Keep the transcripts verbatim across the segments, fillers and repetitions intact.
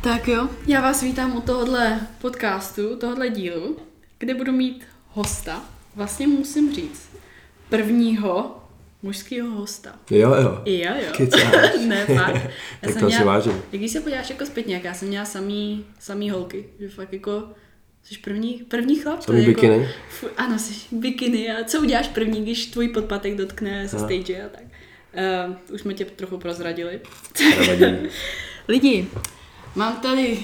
Tak jo, já vás vítám u tohohle podcastu, tohohle dílu, kde budu mít hosta. Vlastně musím říct, prvního mužského hosta. Jo, jo. Jo, jo. Kecáš. Ne, fakt. Já Tak to měla, si vážím. když se podíváš jako zpětně, jak já jsem měla samý, samý holky, že fakt jako jsi první, první chlap. Samý jako, bikiny? Fu, ano, jsi bikiny a co uděláš první, když tvůj podpatek dotkne se stage a tak. Uh, už jsme tě trochu prozradili. Lidi, mám tady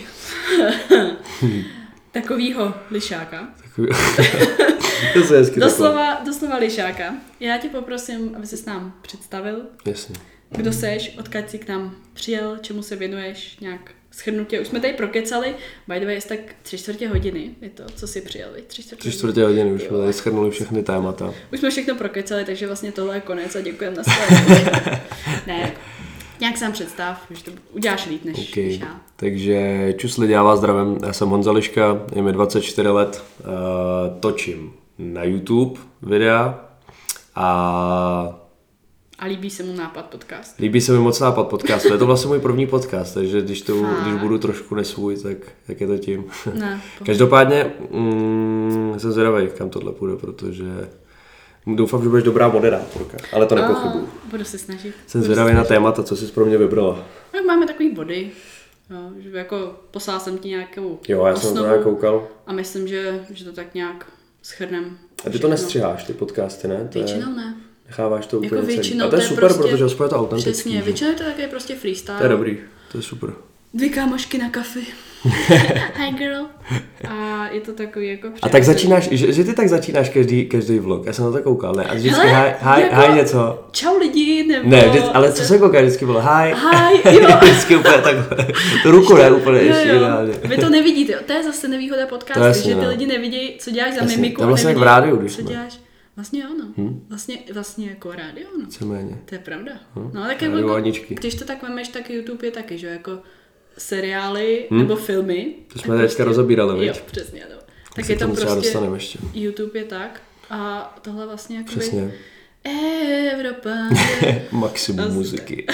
takovýho lišáka. Takový... to se hezky doslova, doslova lišáka. Já tě poprosím, aby ses nám představil. Jasně. Kdo seš, odkud jsi k nám přijel, čemu se věnuješ, nějak shrnutě. Už jsme tady prokecali, by the way, jest tak tři čtvrtě hodiny, je to, co si přijel, tři čtvrtě, tři čtvrtě hodiny, už jsme tady shrnuli všechny témata. Už jsme všechno prokecali, takže vlastně tohle je konec a děkujeme na své. Ne, nějak sám představ, že to uděláš líp než, okay. než já. Takže čus lidi, já vás zdravím, já jsem Honza Liška, je mi dvacet čtyři let, uh, točím na YouTube videa a... A líbí se mu nápad podcast? Líbí se mi moc nápad podcastu, je to vlastně můj první podcast, takže když, to, když budu trošku nesvůj, tak, tak je to tím. Ne, Každopádně mm, jsem zvědavý, kam tohle půjde, protože doufám, že budeš dobrá moderátorka, ale to nepochybuju. Budu se snažit. Jsem budu zvědavý na témata, co jsi pro mě vybrala. Tak máme takový body, jo, že jako poslal jsem ti nějakou Jo, já jsem to nějak koukal. A myslím, že, že to tak nějak shrnem. A ty to nestřiháš, ty podcasty, ne? To většinou je... ne. Necháváš to úplně jako většinou, A to je, to je super, prostě, protože aspoň je to autentický. Přesně, většinou je to také prostě freestyle. To je dobrý, to je super. Dvě kámošky na kafe. Hi girl. A je to takový jako A tak začínáš, že, že ty tak začínáš každý, každý vlog, já jsem na to koukal, ne? A vždycky Hele, hi, hi, jako, hi něco. Čau lidi, nebo... Ne, vždy, ale co se kouká, vždycky bylo hi. Hi, jo. Vždycky úplně takhle, to ruku ne, úplně jo, ještě jo. ideálně. Vy to nevidíte, jo. To je zase nevýhoda podcastu, jasně, že ty no. lidi nevidějí, co děláš za jasně. mimiku. To je vlastně nevidí, jak v rádiu, když co jsme. děláš. Vlastně ano. Hmm? Vlastně, vlastně jako rádio, no. Víceméně. To je pravda. Hmm? No tak jako, když to tak vemeš, tak YouTube je taky, že jako seriály hmm? nebo filmy. To jsme teďka prostě, rozabírali, viď? Jo, přesně, no. Tak je to prostě, YouTube je tak a tohle vlastně jakoby... Přesně. Evropa. Maximum muziky.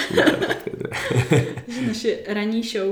Naše ranní show.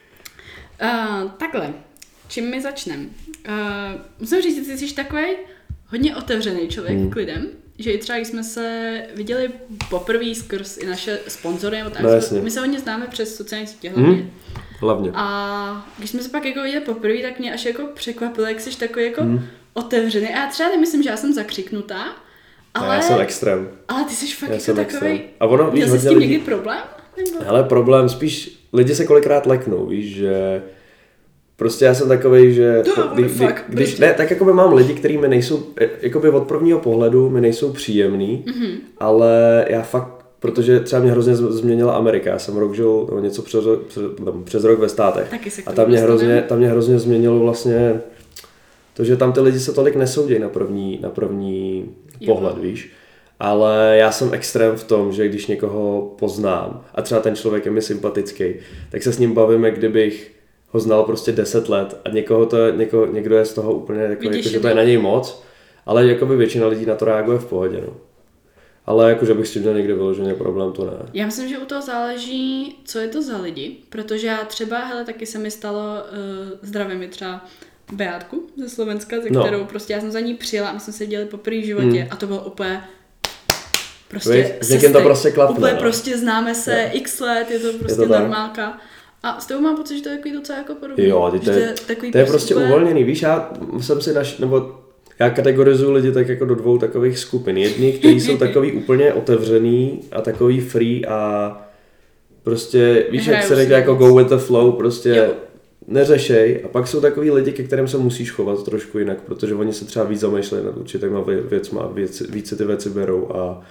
Uh, takhle, čím my začneme? Uh, musím říct, že ty jsi takový hodně otevřený člověk hmm. k lidem, že i třeba když jsme se viděli poprvé skrz i naše sponzory, tak no, jsme, my se hodně známe přes sociální sítě hlavně. Hmm. Hlavně. A když jsme se pak jako viděli poprvé, tak mě až jako překvapilo, jak jsi takový jako hmm. otevřený. A já třeba nemyslím, že já jsem zakřiknutá, ale... Já jsem extrém. Ale ty jsi fakt já jako takový... A ono, víš, měl jsi s tím lidí... někdy problém? Nebo... Hele, problém, spíš lidi se kolikrát leknou, víš, že... Prostě já jsem takovej, že no, kdy, kdy, fuck, když prostě. ne, tak jakoby mám lidi, kteří mi nejsou, jakoby od prvního pohledu mi nejsou příjemný, mm-hmm. ale já fakt, protože třeba mě hrozně změnila Amerika, já jsem rok žil, nebo něco přes, přes, přes rok ve státech a tam mě, hrozně, tam mě hrozně změnilo vlastně to, že tam ty lidi se tolik nesoudějí na první, na první pohled, víš. Ale já jsem extrém v tom, že když někoho poznám a třeba ten člověk je mi sympatický, tak se s ním bavíme, kdybych ho znal prostě deset let a někoho to, někoho, někdo je z toho úplně takový, jako, že to je na něj moc, ale jakoby většina lidí na to reaguje v pohodě, no. Ale jakože bych s tím měl někde vyloženě problém, to ne. Já myslím, že u toho záleží, co je to za lidi, protože já třeba, hele, taky se mi stalo, uh, zdravím mi třeba Beátku ze Slovenska, ze no. kterou prostě já jsem za ní přijela a my jsme se viděli poprvé v životě hmm. a to bylo úplně prostě s to prostě klapne, úplně no. prostě známe se je. x let, je to prostě je to normálka. A s tebou mám pocit, že to je takový docela jako podobný. Jo, to, je, to je prostě úplně... uvolněný, víš, já jsem si naš, nebo já kategorizuju lidi tak jako do dvou takových skupin. Jedni, kteří jsou takový úplně otevřený a takový free a prostě, víš, jak se řekne jako go with the flow, prostě jo. neřešej. A pak jsou takový lidi, ke kterým se musíš chovat trošku jinak, protože oni se třeba víc zamýšlejí nad určitýma věcma, věc, víc ty věci berou a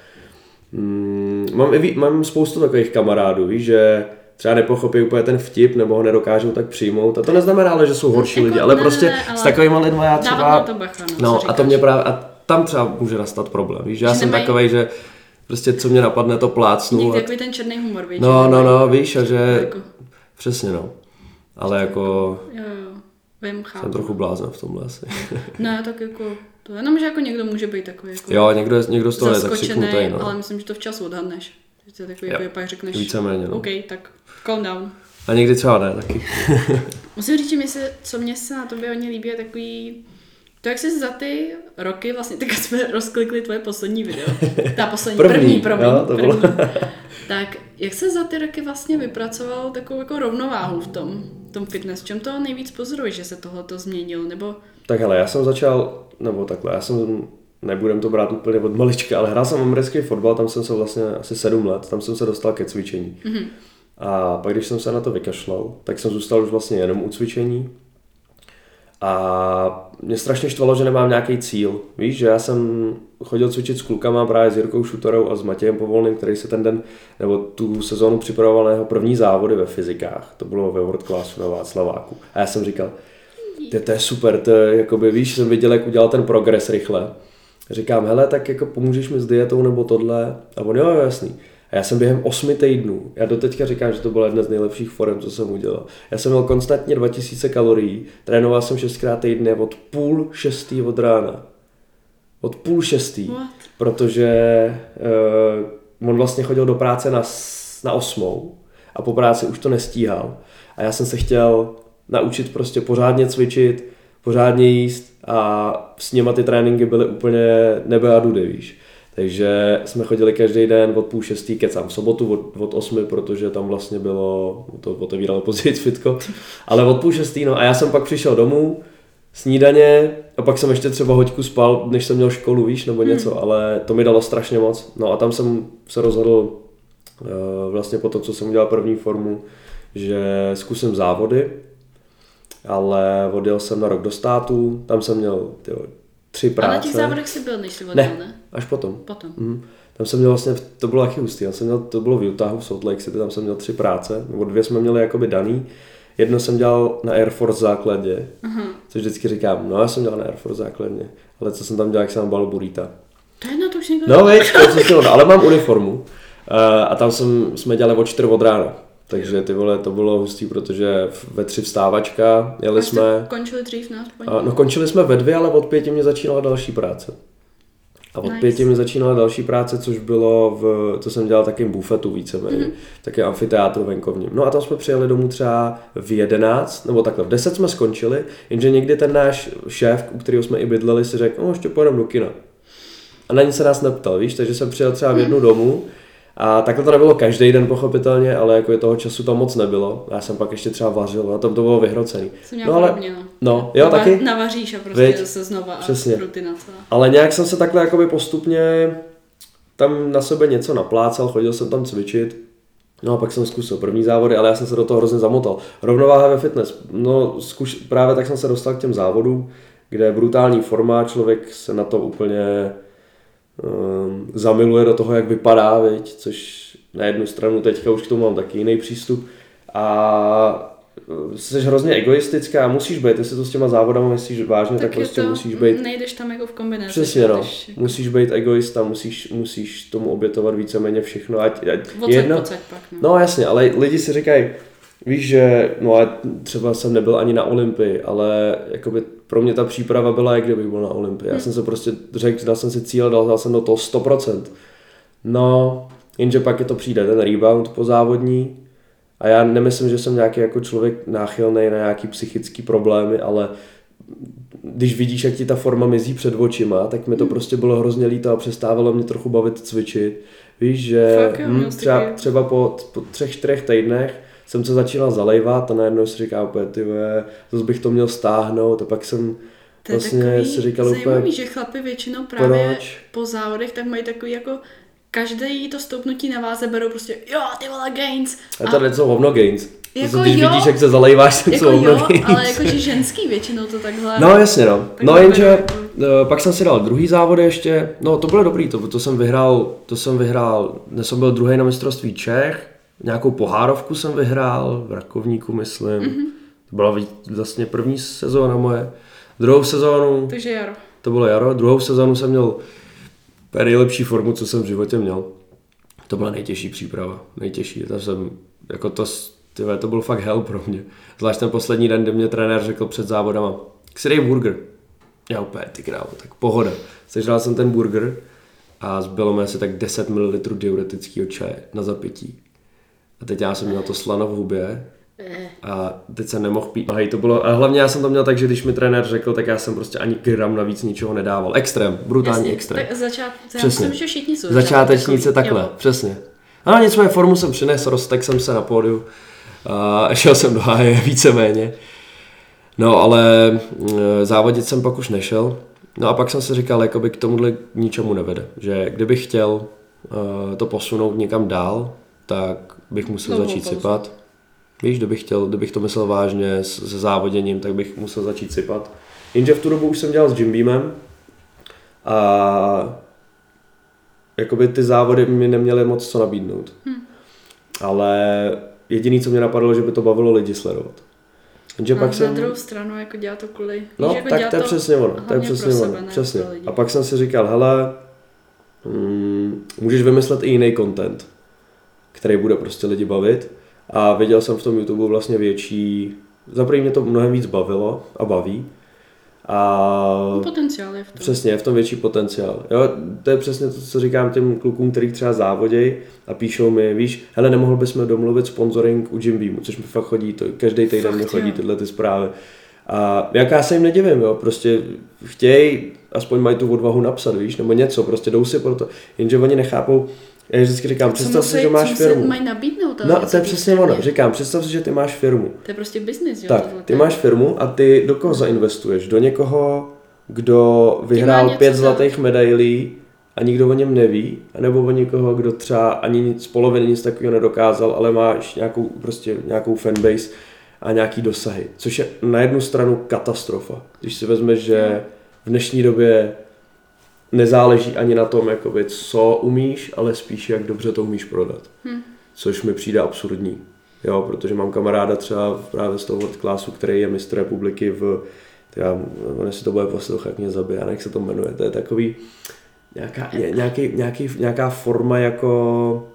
mm, mám, mám spoustu takových kamarádů, víš, že třeba nepochopí úplně ten vtip, nebo ho nedokážou tak přijmout. A to neznamená, ale že jsou horší jako, lidi, ale ne, prostě ne, ale s takovýma lidma já třeba... To bacha, no, no a to mě právě... A tam třeba může nastat problém, víš, že já jsem nemají... takovej, že prostě co mě napadne, to plácnu. Někdy a... takový ten černý humor, víš. No, no, no, víš, a že... Jako... Přesně, no. Ale jako... Jo, jo, vím, chápu. Jsem trochu blázen v tomhle asi. Ne, tak jako... To jenom, že jako někdo může být takový jako... Jo, někdo, někdo z toho je tak křiknutý, no. Ale myslím, že to včas odhadneš. Že to takový, jako pak řekneš, víceméně, no. OK, tak calm down. A někdy třeba ne taky. Musím říct, že mě se, co mě se na tobě hodně líbí, je takový, to jak jsi za ty roky, vlastně tak jsme rozklikli tvoje poslední video, ta poslední, první, první promiň, jo, to bylo. první. Tak jak se za ty roky vlastně vypracoval takovou jako rovnováhu v tom, v tom fitness, v čem to nejvíc pozoruješ, že se tohleto změnilo, nebo? Tak hele, já jsem začal, nebo takhle, já jsem, nebudem to brát úplně od malička, ale hrál jsem americký fotbal, tam jsem se vlastně asi sedm let, tam jsem se dostal ke cvičení. Mm-hmm. A pak když jsem se na to vykašlal, tak jsem zůstal už vlastně jenom u cvičení. A mě strašně štvalo, že nemám nějaký cíl. Víš, že já jsem chodil cvičit s klukama právě s Jirkou Šutorou a s Matějem Povolným, který se ten den, nebo tu sezónu připravoval na jeho první závody ve fyzikách. To bylo ve World Classu na Václaváku. A já jsem říkal, to, to je super, to je, jakoby, víš, jsem viděl, jak udělal ten progres rychle. Říkám, hele, tak jako pomůžeš mi s dietou nebo tohle? A on, jo, jasný. A já jsem během osmi týdnů, já doteďka říkám, že to byla jedna z nejlepších forem, co jsem udělal. Já jsem měl konstantně dva tisíce kalorií, trénoval jsem šestkrát týdně od půl šestý od rána. Od půl šestý, What? Protože uh, on vlastně chodil do práce na, na osmou a po práci už to nestíhal. A já jsem se chtěl naučit prostě pořádně cvičit, pořádně jíst a s něma ty tréninky byly úplně nebe a dudy, víš. Takže jsme chodili každý den od půl šestý, kecám v sobotu od, od osmi, protože tam vlastně bylo, to otevíralo později fitko, ale od půl šestý, no a já jsem pak přišel domů, snídaně a pak jsem ještě třeba hoďku spal, než jsem měl školu, víš, nebo něco, hmm. ale to mi dalo strašně moc. No a tam jsem se rozhodl uh, vlastně po tom, co jsem udělal první formu, že zkusím závody, ale odjel jsem na rok do státu, tam jsem měl tyjo, tři práce. A na těch závodech jsi byl, než jsi odjel, ne? Ne, až potom. Potom. Mm. Tam jsem měl vlastně, to bylo taky hustý, já jsem měl, to bylo v Utahu, v Salt Lake City, tam jsem měl tři práce, nebo dvě jsme měli jakoby daný. Jedno jsem dělal na Air Force základě, uh-huh. což vždycky říkám, no já jsem dělal na Air Force základně, ale co jsem tam dělal, jak jsem bal burrita. To je na to už někdo. No víš, to je co, ale mám uniformu uh, a tam jsem, jsme dělali od čtyři od rána. Takže ty vole, to bylo hustý, protože ve tři vstávačka, jeli jsme... končili dřív, ne? Uh, no končili jsme ve dvě, ale od pěti mě začínala další práce. A od nice. pěti mi začínala další práce, což bylo v, to jsem dělal takým bufetu víceméně, mm-hmm. taky amfiteátru venkovním. No a tam jsme přijeli domů třeba v jedenáct, nebo takhle, v deset jsme skončili, jenže někdy ten náš šéf, u kterého jsme i bydleli, si řekl, no ještě pojedeme do kina. A na nic se nás neptal, víš, takže jsem přijel třeba v jednu domů a takhle to nebylo každý den pochopitelně, ale jako je toho času tam moc nebylo. Já jsem pak ještě třeba vařil, na tom to bylo vyhrocený. Jsem měl no, ale, podobně, no. No, jo, Nava, taky? Navaříš a prostě Víď? Zase znova Přesně. a rutina celá. Ale nějak jsem se takhle jakoby postupně tam na sebe něco naplácal, chodil jsem tam cvičit. No a pak jsem zkusil první závody, ale já jsem se do toho hrozně zamotal. Rovnováha ve fitness. No zkuš, právě tak jsem se dostal k těm závodům, kde je brutální forma, člověk se na to úplně um, zamiluje do toho, jak vypadá, viď? Což na jednu stranu teďka už k tomu mám taky jiný přístup. A jsi hrozně egoistická, musíš být, jestli to s těma závodama myslíš vážně, tak, tak prostě to, musíš být. Nejdeš tam jako v kombinaci. Přesně no, jako... musíš být egoista, musíš, musíš tomu obětovat víceméně všechno. Ať, ať Vocať, jedno... vocať pak, no. no jasně, ale lidi si říkají, víš, že no a třeba jsem nebyl ani na Olympii, ale jakoby pro mě ta příprava byla, jak kdybych byl na Olympii. Já hmm. jsem se prostě řekl, dal jsem si cíl, dal, dal jsem do toho sto procent. No, jenže pak je to přijde ten rebound po závodní. A já nemyslím, že jsem nějaký jako člověk náchylný na nějaký psychický problémy, ale když vidíš, jak ti ta forma mizí před očima, tak mi to prostě bylo hrozně líto a přestávalo mě trochu bavit cvičit. Víš, že Fakt, jo, hm, třeba, třeba po, po třech, čtyřech týdnech jsem se začínal zalejvat a najednou si říkal úplně, ty ve, zase bych to měl stáhnout a pak jsem to je vlastně takový si říkal zajímavý, úplně, že chlapi většinou právě proč? Po závodech tak mají takový jako každý to stoupnutí na váze berou prostě, jo, ty vole, gains. A to jsou hovno gains. Jako když jo, vidíš, jak se zalejváš, tak jako jsou hovno jo, gains. ale jakože ženský většinou to takhle. No jasně no. No jenže jako... pak jsem si dal druhý závod ještě, no to bylo dobrý, to, to jsem vyhrál, to jsem vyhrál, dnes jsem byl druhý na mistrovství Čech, nějakou pohárovku jsem vyhrál, v Rakovníku myslím, mm-hmm. to byla vlastně první sezóna moje, druhou sezónu, takže jaro. To bylo jaro, druhou sezónu jsem měl nejlepší formu, co jsem v životě měl. To byla nejtěžší příprava, nejtěžší, to jsem, jako to, tyhle, to byl fakt hell pro mě. Zvlášť ten poslední den, kdy mě trenér řekl před závodama, jak si dej burger. Já úplně, ty krávo, tak pohoda. Sežral jsem ten burger a zbylo mi asi tak deset mililitrů diuretického čaje na zapití. A teď já jsem měl to slano v hubě A teď jsem nemohl pít. Hej, to bylo, a hlavně já jsem to měl tak, že když mi trenér řekl, tak já jsem prostě ani gram navíc ničeho nedával. Extrém, brutální Jasně, extrém. Tak začát, přesně. Já myslím, že všichni jsou. Začátečníci takhle, jo. Přesně. A nicméně formu jsem přinesl, roztek jsem se na pódiu a šel jsem do háje víceméně. No ale závodit jsem pak už nešel. No a pak jsem si říkal, jakoby k tomuhle ničemu nevede. Že kdybych chtěl uh, to posunout někam dál, tak bych musel no, začít sypat. Víš, kdybych chtěl, kdybych to myslel vážně se závoděním, tak bych musel začít sypat. Jenže v tu dobu už jsem dělal s Jim Beamem a jakoby ty závody mi neměly moc co nabídnout. Hmm. Ale jediný, co mě napadlo, že by to bavilo lidi sledovat. Jenže a pak na jsem... druhou stranu jako dělat to kvůli... No, jako tak to je přesně ono. To je přesně ono. Sebe, přesně. A pak jsem si říkal, hele, mm, můžeš vymyslet i jiný content, který bude prostě lidi bavit. A viděl jsem v tom YouTube vlastně větší... Zaprvé mě to mnohem víc bavilo a baví. A potenciál je v tom. Přesně, je v tom větší potenciál. Jo, to je přesně to, co říkám těm klukům, který třeba závodějí a píšou mi, víš, hele, nemohl bychom domluvit sponsoring u Jim Beamu, což mi fakt chodí, to, každý týden mi chodí tyhle ty zprávy. A jak já se jim nedivím, jo, prostě chtějí, aspoň mají tu odvahu napsat, víš, nebo něco, prostě jdou si pro to, jenže oni nechápou. Já vždycky říkám, představ si, že máš firmu. Mají nabídnout, no, to je přesně ono. Říkám, představ si, že ty máš firmu. To je prostě business, jo. Tak, ty máš firmu a ty do koho zainvestuješ? Do někoho, kdo vyhrál pět zlatých medailí a nikdo o něm neví, anebo o někoho, kdo třeba ani nic, poloviny nic takového nedokázal, ale máš nějakou, prostě nějakou fanbase a nějaký dosahy. Což je na jednu stranu katastrofa. Když si vezmeš, že v dnešní době nezáleží ani na tom, jakoby, co umíš, ale spíš jak dobře to umíš prodat. Hmm. Což mi přijde absurdní. Jo, protože mám kamaráda třeba právě z toho world classu, který je mistr republiky v... Já, on si to bude poslouchat, jak mě zabije, jak se to jmenuje. To je takový... Nějaká, ně, nějaký, nějaký, nějaká forma jako...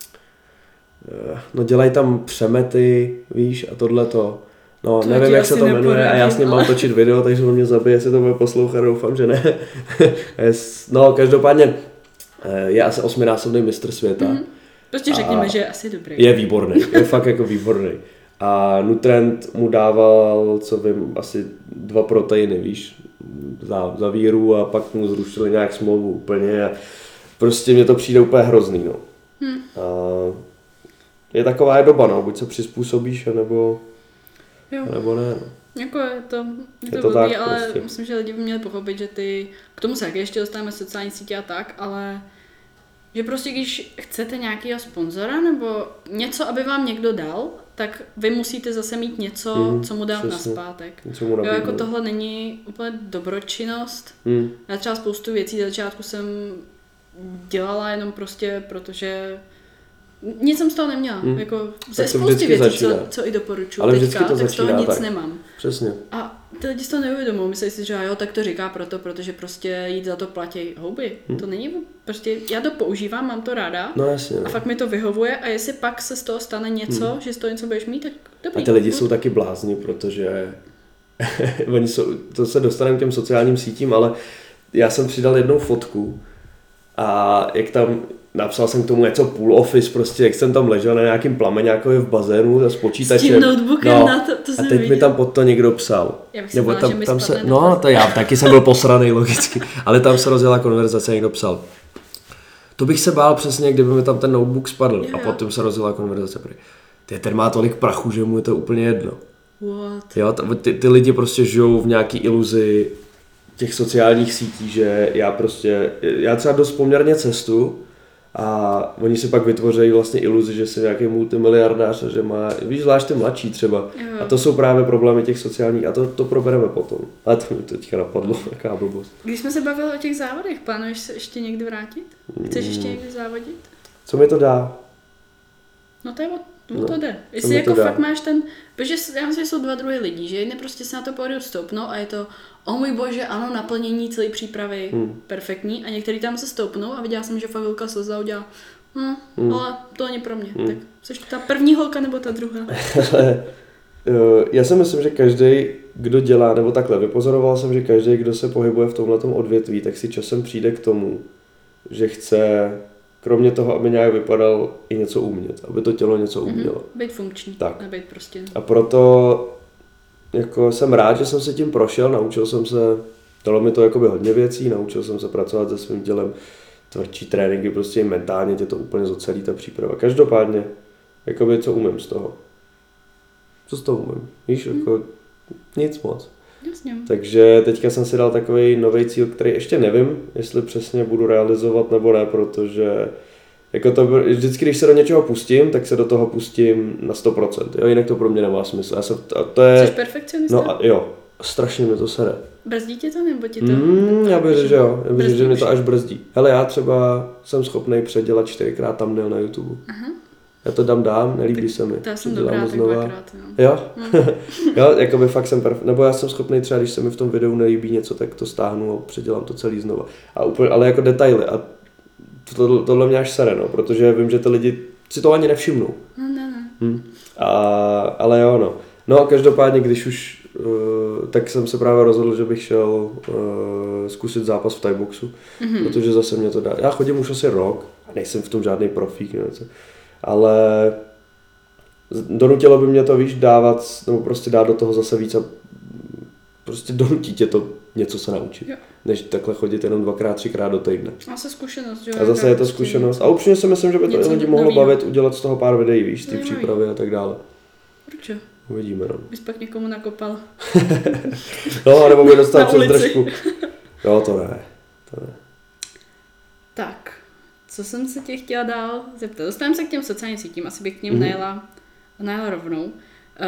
No dělají tam přemety, víš, a tohleto. No, to nevím, jak se to jmenuje a já s ním ale... mám točit video, takže on mě zabije, jestli to bude poslouchat, doufám, že ne. No, každopádně je asi osminásobný mistr světa. Mm-hmm. Prostě řekněme, že je asi dobrý. Je výborný, je fakt jako výborný. A Nutrend mu dával, co vím, asi dva proteiny, víš, za, za víru a pak mu zrušili nějak smlouvu úplně a prostě mě to přijde úplně hrozný, no. Hmm. A je taková je doba, no, buď se přizpůsobíš, anebo... Jo. Nebo ne, no. Jako je to, je to, je to blbý, tak, ale prostě. Myslím, že lidi by měli pochopit, že ty, k tomu se jak ještě dostaneme sociální sítě a tak, ale že prostě když chcete nějakého sponzora nebo něco, aby vám někdo dal, tak vy musíte zase mít něco, mm, co mu dát naspátek. Jo, jako tohle není úplně dobročinnost. Mm. Já třeba spoustu věcí za začátku jsem dělala jenom prostě, protože nic jsem z toho neměla. Hmm. Jako ze spousty věcí, co, co i doporučuji ale teďka, tak začíná, z toho nic tak. nemám. Přesně. A ty lidi si to neuvědomují. Myslí si, že jo, tak to říká proto, protože prostě jít za to platí houby. Hmm. To není, prostě já to používám, mám to ráda. No jasně. A fakt mi to vyhovuje a jestli pak se z toho stane něco, hmm. že z toho něco budeš mít, tak dobrý. A ty lidi jsou taky blázni, protože oni jsou, to se dostaneme k těm sociálním sítím, ale já jsem přidal jednou fotku a jak tam napsal jsem k tomu něco půl office, prostě jak jsem tam ležel na nějakým plameňákovi v bazénu s počítačem. S tím notebookem no, na to, to a teď viděl. Mi tam pod to někdo psal. Já bych si Nebo tam, že tam se, no to já taky jsem byl posranej logicky, ale tam se rozjela konverzace a někdo psal. To bych se bál přesně, kdyby mi tam ten notebook spadl jo, jo. a potom se rozjela konverzace. Ty, ten má tolik prachu, že mu je to úplně jedno. What? Jo, ty, ty lidi prostě žijou v nějaký iluzi těch sociálních sítí, že já prostě, já třeba dost poměrně cestu a oni si pak vytvoří vlastně iluzi, že jsem nějaký multimiliardář a že má, víš, zvlášť ty mladší třeba. Jo. A to jsou právě problémy těch sociálních a to, to probereme potom. Ale to mi teďka napadlo, jaká blbost. Když jsme se bavili o těch závodech, plánuješ se ještě někdy vrátit? Chceš ještě někdy závodit? Co mi to dá? No to je o No, to jde. Jestli jako fakt máš ten, protože já myslím, že jsou dva druhy lidí, že jedni prostě se na to pódium stoupnou a je to, o můj bože, ano, naplnění celé přípravy hmm. perfektní a některý tam se stoupnou a viděla jsem, že fakt holka slza udělala, hm, hmm. ale to není pro mě. Hmm. Tak jsi ta první holka nebo ta druhá? Já si myslím, že každý, kdo dělá, nebo takhle, vypozoroval jsem, že každý, kdo se pohybuje v tomhletom odvětví, tak si časem přijde k tomu, že chce kromě toho, aby nějak vypadal, i něco umět, aby to tělo něco umělo. Mm-hmm. Být funkční, tak. nebejt prostě. A proto jako jsem rád, že jsem se tím prošel, naučil jsem se, dalo mi to jakoby hodně věcí, naučil jsem se pracovat se svým tělem, tvrdší tréninky, prostě mentálně tě to úplně zocelí ta příprava. Každopádně, jakoby co umím z toho. Co z toho umím? Víš, mm. jako nic moc. Jasně. Takže teďka jsem si dal takový nový cíl, který ještě nevím, jestli přesně budu realizovat nebo ne, protože jako to, vždycky, když se do něčeho pustím, tak se do toho pustím na sto procent, jo, jinak to pro mě nemá smysl. Já jsem, a to je, jsi perfekcionista? No a jo, strašně mi to sere. Brzdí tě to, nebo ti to? Mm, já bych řekl, že jo, já bych řekl, že mi to až brzdí. Hele, já třeba jsem schopný předělat čtyřikrát thumbnail na YouTube. Aha. Já to dám dám, nelíbí tak se mi. To já jsem dobrá, tak dvakrát, jo. Jo? Hmm. Jo, jakoby fakt jsem perfekt, nebo já jsem schopný třeba, když se mi v tom videu nelíbí něco, tak to stáhnu a předělám to celý znova. A úplně, ale jako detaily a to, tohle mě až sere, no, protože vím, že ty lidi si to ani nevšimnou. No, ne, ne. Hmm. A, ale jo, no. No a každopádně, když už, uh, tak jsem se právě rozhodl, že bych šel uh, zkusit zápas v Thai boxu, mm-hmm. protože zase mě to dá. Já chodím už asi rok a nejsem v tom žádný profík, něco. Ale donutilo by mě to, víš, dávat, nebo prostě dát do toho zase víc a prostě donutí tě to něco se naučit. Jo. Než takhle chodit jenom dvakrát, třikrát do týdne. A zase zkušenost, že jo? A zase je to zkušenost. A upřímně si myslím, že by to lidi mohlo bavit, udělat z toho pár videí, víš, ty přípravy a tak dále. Proč? Uvidíme, no. Bys pak někomu nakopal. No, nebo by dostal přes držku. Jo, to ne. To ne. Tak, co jsem se tě chtěla dál zeptat? Dostaneme se k těm sociálním sítím, asi bych k ním mm. najela, najela rovnou. Uh,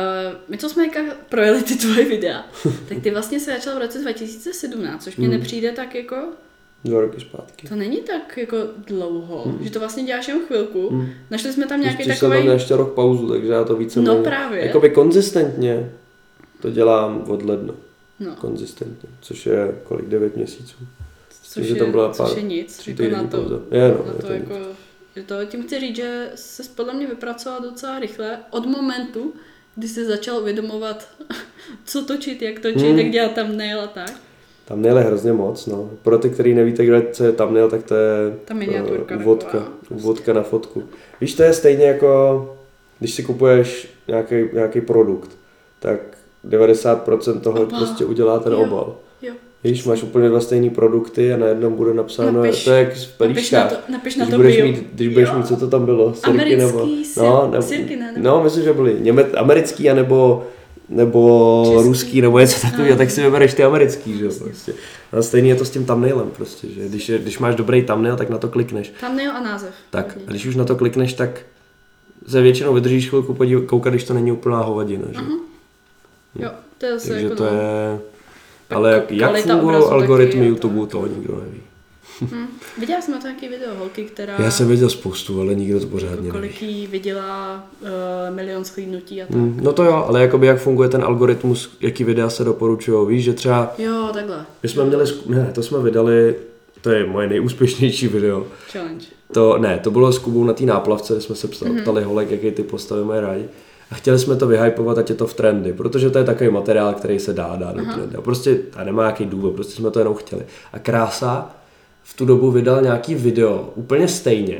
my co jsme jaka projeli ty tvoje videa, tak ty vlastně se začal v roce dva tisíce sedmnáct, což mě mm. nepřijde tak jako... Dva roky zpátky. To není tak jako dlouho, mm. že to vlastně děláš jen chvilku. Mm. Našli jsme tam nějaký ještě takovej... Ještě jsem tam ještě rok pauzu, takže já to více No méně, právě. Jakoby konzistentně to dělám od ledna. No. Konzistentně, což je kolik, devět měsíců. Což, je, tam byla což je nic, jako na to, je, no, na to, to jako, že to, tím chci říct, že se podle mě vypracoval docela rychle od momentu, kdy jsi začal uvědomovat, co točit, jak točit, hmm. jak dělat thumbnail a tak. Thumbnail je hrozně moc, no. Pro ty, kteří nevíte, kde co je thumbnail, tak to je ta miniaturka, uh, úvodka, úvodka na fotku. Víš, to je stejně jako, když si kupuješ nějaký, nějaký produkt, tak devadesát procent toho obal. Prostě udělá ten jo. obal. Jo. Víš, máš úplně dva stejný produkty a na jednom bude napsáno, napiš, to je jak v pelíškách. Napiš, napiš na když to budeš bio. mít, když budeš mít, co to tam bylo, sirky americký nebo, sir, no, nebo, sirky, ne, nebo, no, myslím, že byly Němec, americký, anebo nebo český. Ruský, nebo něco takového, no. Tak si vybereš ty americký, že jo, prostě. A stejný je to s tím thumbnailem prostě, že když, je, když máš dobrý thumbnail, tak na to klikneš. Thumbnail a název. Tak, a když už na to klikneš, tak se většinou vydržíš chvilku podívat, koukat, když to není úplná hovadina, že? Uh-huh. Jo, to je zase takže jako to no. je... Ale jak, jak fungují algoritmy YouTube, to nikdo neví. Hmm. Viděla jsem na to nějaký video holky, která... Já jsem viděl spoustu, ale nikdo to pořádně neví. Kolik jí viděla uh, milion shlídnutí a tak. Hmm. No to jo, ale jakoby jak funguje ten algoritmus, jaký videa se doporučujou, víš, že třeba... Jo, takhle. My jsme měli, ne, to jsme vydali, to je moje nejúspěšnější video. Challenge. To, ne, to bylo s Kubou na té náplavce, kde jsme se ptali mm-hmm. holek, jaký ty postavy mají rádi. A chtěli jsme to vyhypovat, ať je to v trendy, protože to je takový materiál, který se dá dát do trendy. A prostě a nemá nějaký důvod, prostě jsme to jenom chtěli. A Krása v tu dobu vydal nějaký video úplně stejně.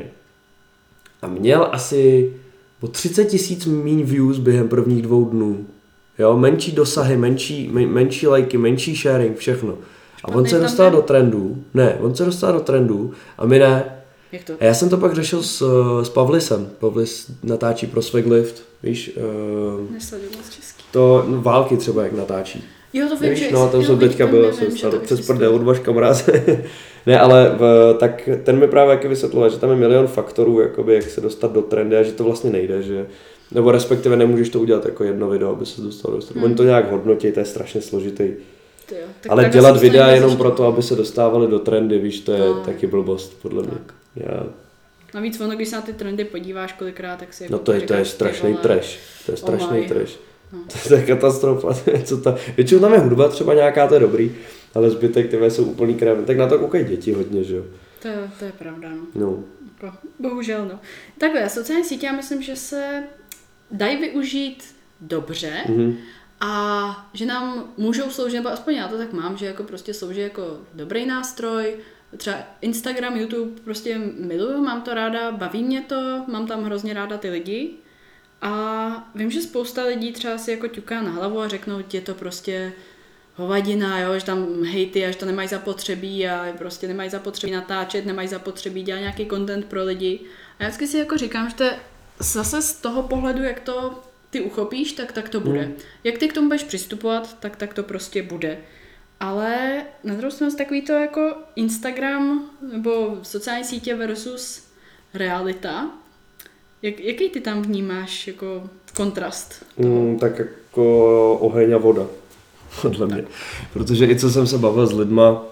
A měl asi o třicet tisíc míň views během prvních dvou dnů. Jo, menší dosahy, menší, men, menší lajky, menší sharing, všechno. A on se dostal do trendů. Ne, on se dostal do trendů a my ne. Jak to? A já jsem to pak řešil s, s Pavlisem. Pavlis natáčí pro Swaglift, víš. Uh, Nesleduju moc český. To no, války třeba jak natáčí. Jo, to vím, víš, že... no, tam jo, jsem teďka byl, jsem stál přes prdel od vaš kamarád. Ne, ale v, tak ten mi právě jaký vysvětloval, že tam je milion faktorů, jakoby, jak se dostat do trendy a že to vlastně nejde, že... Nebo respektive nemůžeš to udělat jako jedno video, aby se dostal do trendy. Hmm. Oni to nějak hodnotí, to je strašně složitý. Jo, tak, ale tak dělat videa jenom proto, aby se dostávali do trendy, víš, to je no, taky blbost, podle tak. mě. Já... Navíc ono, když se na ty trendy podíváš kolikrát, tak si jako no to je, říkáš, to je strašný trash, to je strašný oh trash. No. To je katastrofa, co ta... Většinou tam je hudba, třeba nějaká, to je dobrý, ale zbytek ty jsou úplný krém. Tak na to koukají děti hodně, že jo. To, to je pravda, no. no. Jako, bohužel, no. Takhle, sociální sítě, já myslím, že se dají využít dobře, mm-hmm. a že nám můžou sloužit, nebo aspoň já to tak mám, že jako prostě slouží jako dobrý nástroj, třeba Instagram, YouTube prostě miluju, mám to ráda, baví mě to, mám tam hrozně ráda ty lidi a vím, že spousta lidí třeba si jako ťuká na hlavu a řeknou, je to prostě hovadina, jo, že tam hejty a že to nemají zapotřebí a prostě nemají zapotřebí natáčet, nemají zapotřebí dělat nějaký content pro lidi. A já vždycky si jako říkám, že to je zase z toho pohledu, jak to ty uchopíš, tak tak to bude. Mm. Jak ty k tomu budeš přistupovat, tak tak to prostě bude. Ale na druhou stranu takový to jako Instagram nebo sociální sítě versus realita. Jak, jaký ty tam vnímáš jako kontrast? Mm, tak jako oheň a voda. Podle mě. Protože i co jsem se bavil s lidma, uh,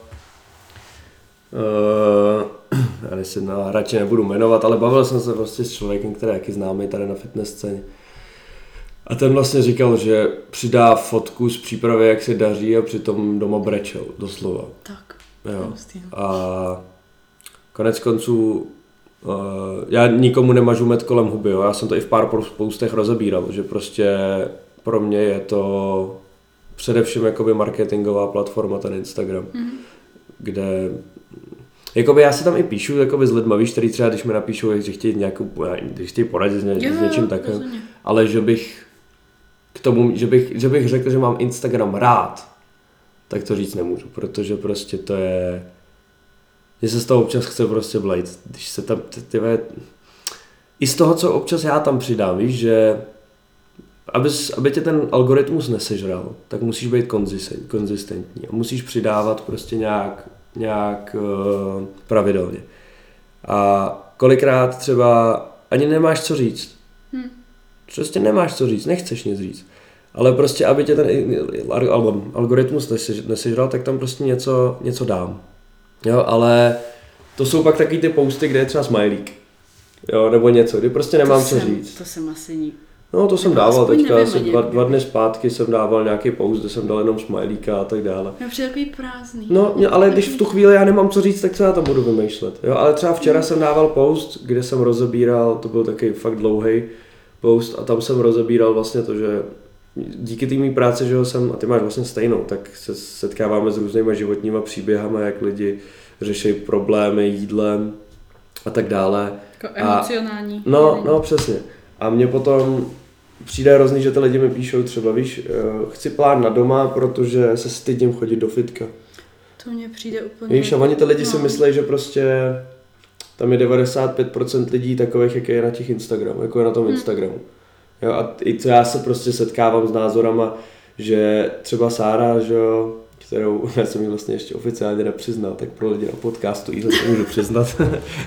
já si na radši nebudu jmenovat, ale bavil jsem se prostě s člověkem, který je jaký známý tady na fitness scéně. A ten vlastně říkal, že přidá fotku z přípravy, jak se daří a přitom doma brečel, doslova. Tak. Jo. A konec konců, uh, já nikomu nemažu med kolem huby, jo. Já jsem to i v pár postech rozebíral, že prostě pro mě je to především jakoby marketingová platforma, ten Instagram, mm-hmm. kde jakoby já si tam i píšu jakoby s lidma, víš, který třeba když mi napíšou, že chtějí nějakou, když chtějí poradit s, ně, s něčím takovým, ale že bych k tomu, že bych, že bych řekl, že mám Instagram rád, tak to říct nemůžu, protože prostě to je, že se z toho občas chce prostě blejt, když se tam, ty, ty, i z toho, co občas já tam přidám, víš, že Aby, aby tě ten algoritmus nesežral, tak musíš být konzistentní a musíš přidávat prostě nějak, nějak uh, pravidelně. A kolikrát třeba ani nemáš co říct. Hmm. Prostě nemáš co říct, nechceš nic říct. Ale prostě, aby tě ten algoritmus nesežral, tak tam prostě něco, něco dám. Jo, ale to jsou pak taky ty posty, kde je třeba smajlík. Jo, nebo něco, kdy prostě nemám to co jsem, říct. To jsem asi ní. No to jsem dával teďka, asi dva, dva dny zpátky jsem dával nějaký post, kde jsem dal jenom smajlíka a tak dále. Já přijde takový prázdný. No, ale když v tu chvíli já nemám co říct, tak co já tam budu vymýšlet. Jo, ale třeba včera jsem dával post, kde jsem rozebíral, to byl takový fakt dlouhý post a tam jsem rozebíral vlastně to, že díky té mý práci, že jo, jsem, a ty máš vlastně stejnou, tak se setkáváme s různýma životníma příběhama, jak lidi řeší problémy jídlem a tak dále. Jako emocionální. A, no, no, přesně. A mně potom přijde hrozný, že ty lidi mi píšou třeba, víš, chci plán na doma, protože se stydím chodit do fitka. To mně přijde úplně... Víš, a oni ty lidi no. si myslí, že prostě tam je devadesát pět procent lidí takových, jak je na těch Instagramu, jako je na tom hmm. Instagramu. Jo, a i co já se prostě setkávám s názorama, že třeba Sára, že jo, kterou já jsem ji vlastně ještě oficiálně nepřiznal, tak pro lidi na podcastu jí to můžu přiznat.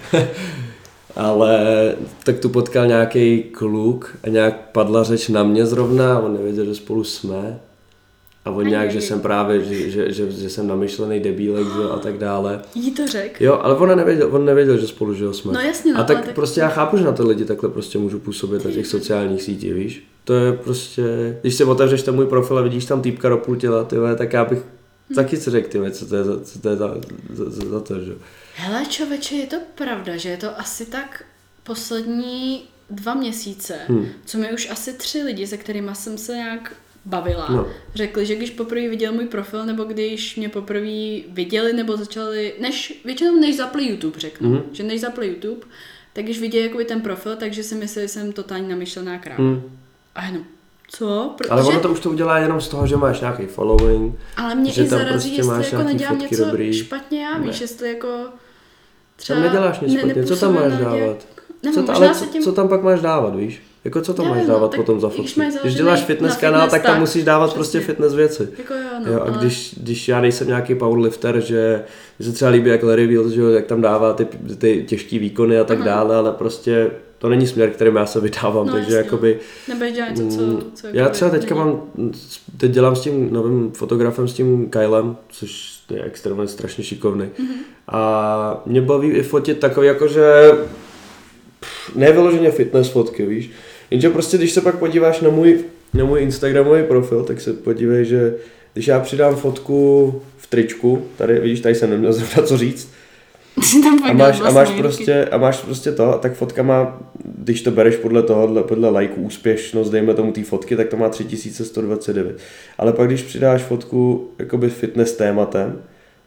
Ale tak tu potkal nějaký kluk a nějak padla řeč na mě zrovna a on nevěděl, že spolu jsme. A on nějak, že jsem právě, že, že, že, že jsem namyšlený debílek, že a tak dále. Jí to řek? Jo, ale on nevěděl, on nevěděl, že spolu, že jsme. No jasně, no, a tak, tak prostě já chápu, že na ty lidi takhle prostě můžu působit na těch sociálních sítích, víš. To je prostě, když si otevřeš ten můj profil a vidíš tam týpka do půl těla, tyhle, tak já bych hmm. taky si řekl, tyhle, co to je za, co to, je za, za, za, za to, že. Hele člověče, je to pravda, že je to asi tak poslední dva měsíce, hmm. co mi už asi tři lidi, se kterými jsem se nějak bavila, no. řekli, že když poprvé viděl můj profil, nebo když mě poprvé viděli, nebo začali, než, většinou než zapli YouTube řeknu, mm. že než zapli YouTube, tak když viděli jakoby ten profil, takže si mysleli, že jsem totálně namyšlená kráva. Mm. A jenom, co? Protože... Ale ono to už to udělá jenom z toho, že máš nějaký following. Ale mě že i zarazí, prostě jestli jako nedělám něco dobrý. špatně já, víš, jestli jako třeba... Tam neděláš nic špatně, co tam máš dávat? Jak... Nevím, co, ta, ale co, tím... co tam pak máš dávat, víš? Jako co tam já máš vím, dávat no, potom za fotky? Když děláš fitness kanál, fitness, tak tam tak, musíš dávat přesně. Prostě fitness věci. Jako jo, no, jo, a ale... když, když já nejsem nějaký powerlifter, že, že se třeba líbí jak Larry Wheels, že jak tam dává ty, ty těžký výkony a tak Aha. dále, ale prostě to není směr, kterým já se vydávám, no, takže jasně. jakoby... Nebudeš dělat něco, co... co já třeba teďka není. mám, teď dělám s tím novým fotografem, s tím Kylem, což je extrémně strašně šikovný. Mm-hmm. A mě baví i fotit takový jakože... Nevyloženě fitness fotky, víš. Jenže prostě, když se pak podíváš na můj, na můj Instagramový profil, tak se podívej, že když já přidám fotku v tričku, tady vidíš, tady jsem neměl zrovna co říct, a máš, a, máš prostě, a máš prostě to, tak fotka má, když to bereš podle toho, podle lajků, úspěšnost, dejme tomu té fotky, tak to má tři tisíce sto dvacet devět. Ale pak když přidáš fotku jakoby fitness tématem,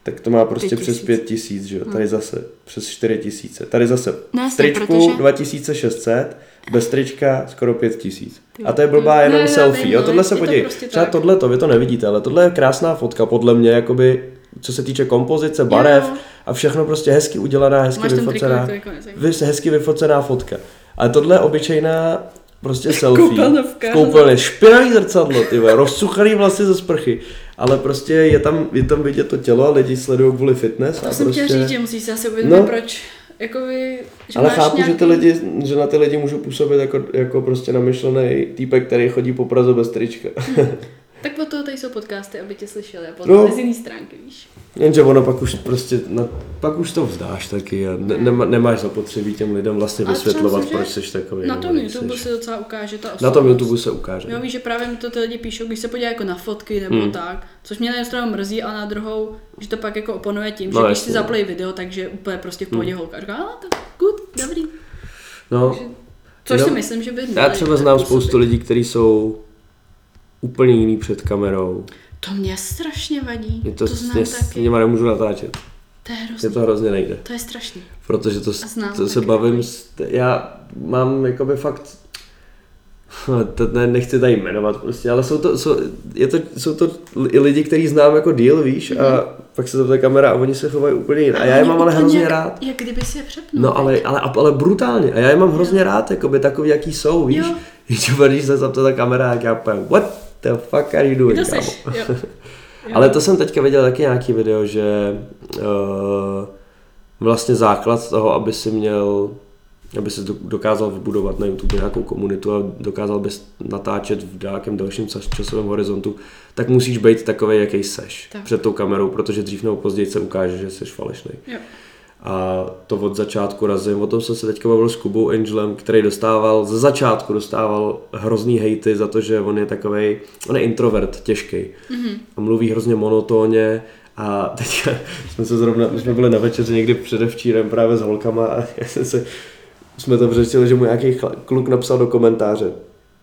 tak to má prostě pět přes tisíc. pět tisíc, že jo? Hmm. Tady zase přes čtyři tisíce. Tady zase No, v tričku protože... dva tisíce šest set, bez trička skoro pět tisíc. Ty- A to je blbá no, jenom no, selfie. vím, Jo, no, tohle je se to podívej. prostě Třeba tak. tohle to, vy to nevidíte, ale tohle je krásná fotka, podle mě, jakoby, co se týče kompozice, barev Jo. a všechno prostě hezky udělaná, hezky Máš ten triko vyfocená. jako konec. Vy- Hezky vyfocená fotka. Ale tohle je obyčejná prostě selfie. Koupelnovka. V koupelně. Špinavý zrcadlo, ty vole, rozcuchaný vlasy ze sprchy. Ale prostě je tam, je tam vidět to tělo a lidi sledují kvůli fitness. To a jsem prostě... chtěla říct, že musíš se asi uvědomit, No. proč. Jakoby, že Ale máš chápu, nějaký... že, ty lidi, že na ty lidi můžu působit jako, jako prostě namyšlený týpek, který chodí po Praze bez trička. Tak od toho tady jsou podcasty, aby tě slyšeli a potom No. z jiný stránky, víš. Jenže ono pak už prostě, na, pak už to vzdáš taky a ne, nema, nemáš zapotřebí těm lidem vlastně Ale třeba vysvětlovat, myslím, proč že jsi takový. Na nebo tom nejseš. YouTube se docela ukáže ta osobnost. Na tom YouTube se ukáže. Jo, víš, že právě mi to ty lidi píšou, když se podívá jako na fotky nebo Hmm. tak, což mě na jednu stranu mrzí a na druhou, že to pak jako oponuje tím, No, že když jasně, si no. zaplay video, takže úplně prostě v pohodě holka. A říká, ale tak good, dobrý. No, Což no, si myslím, že by já měli třeba tak znám působit. spoustu lidí, kteří jsou úplně jiný před kamerou. To mě strašně vadí, Je to, to znám mě, s taky. nima nemůžu natáčet. To je Mně hrozný. to hrozně nejde. To je strašný. Protože to, znám to se taky bavím, takový. s, já mám jakoby fakt, to ne, nechci tady jmenovat prostě, ale jsou to, jsou, je to, jsou to i lidi, který znám jako díl, víš, mm-hmm. a pak se zapne kamera a oni se chovají úplně jinak. A já je oni mám ale úplně hrozně jak, rád. Jak kdyby si je přepnul. No ale, ale, ale brutálně. A já je mám hrozně Jo. rád, jakoby takový, jaký jsou, víš. Jo. Když když se zapne ta kamera, jak já povím, what the fuck are you doing, Kdo kámo? seš? Jo. Jo. Ale to jsem teďka viděl taky nějaký video, že uh, vlastně základ toho, aby si měl, aby si do- dokázal vybudovat na YouTube nějakou komunitu a dokázal bys natáčet v nějakém dalším čas- časovém horizontu, tak musíš být takovej, jaký seš Tak. před tou kamerou, protože dřív nebo později se ukáže, že jsi falešný. Jo. A to od začátku razím. O tom jsem se teďka bavil s Kubou Angelem, který dostával, ze začátku dostával hrozný hejty za to, že on je takovej, on je introvert, těžký. Mm-hmm. A mluví hrozně monotónně a teďka jsme se zrovna, my jsme byli na večeři někdy předevčírem právě s holkama a já jsem se, jsme to řešili, že mu nějaký chla- kluk napsal do komentáře: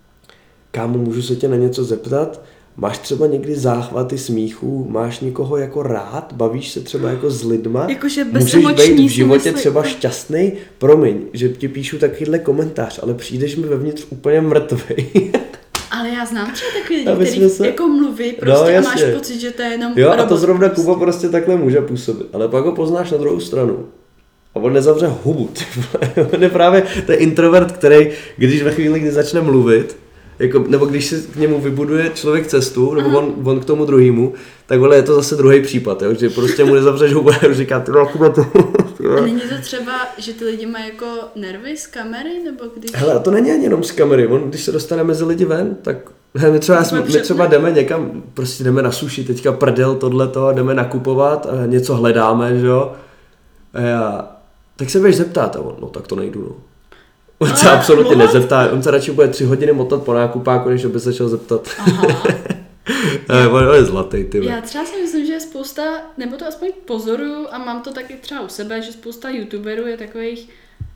kámo, můžu se tě na něco zeptat? Máš třeba někdy záchvaty smíchu? Máš někoho jako rád? Bavíš se třeba jako s lidma? Jakože Můžeš bezemoční být v si životě myslí- třeba šťastný? Promiň, že ti píšu takovýhle komentář, ale přijdeš mi vevnitř úplně mrtvej. Ale já znám třeba takový Aby lidi, kteří jsme se- jako mluví prostě No, a máš jasně. pocit, že to je jenom Jo, a robot to zrovna prostě. Kuba prostě takhle může působit. Ale pak ho poznáš na druhou stranu. A on nezavře hubu. ty vole. On je právě ten introvert, který, když ve chvíli, kdy začne mluvit, jako, nebo když si k němu vybuduje člověk cestu, nebo on, on k tomu druhému, tak vole, je to zase druhý případ, jo? Že prostě mu nezavřeš hubu a říká, ty vole, Kuba, to... A není to třeba, že ty lidi mají jako nervy z kamery, nebo když... Hele, a to není ani jenom z kamery, on, když se dostane mezi lidi ven, tak hele, my třeba, jsme, my třeba jdeme někam, prostě jdeme na sushi, teďka prdel tohleto, a jdeme nakupovat a něco hledáme, že jo. A já, tak se budeš zeptat a on, no tak to nejdu, no. On se Ale absolutně what? nezeptá, on se radši bude tři hodiny motat po nákupáku, než aby se šel zeptat. Aha. Eh, on je zlatý, ty vole. Já třeba si myslím, že je spousta, nebo to aspoň pozoruju a mám to taky třeba u sebe, že spousta youtuberů je takových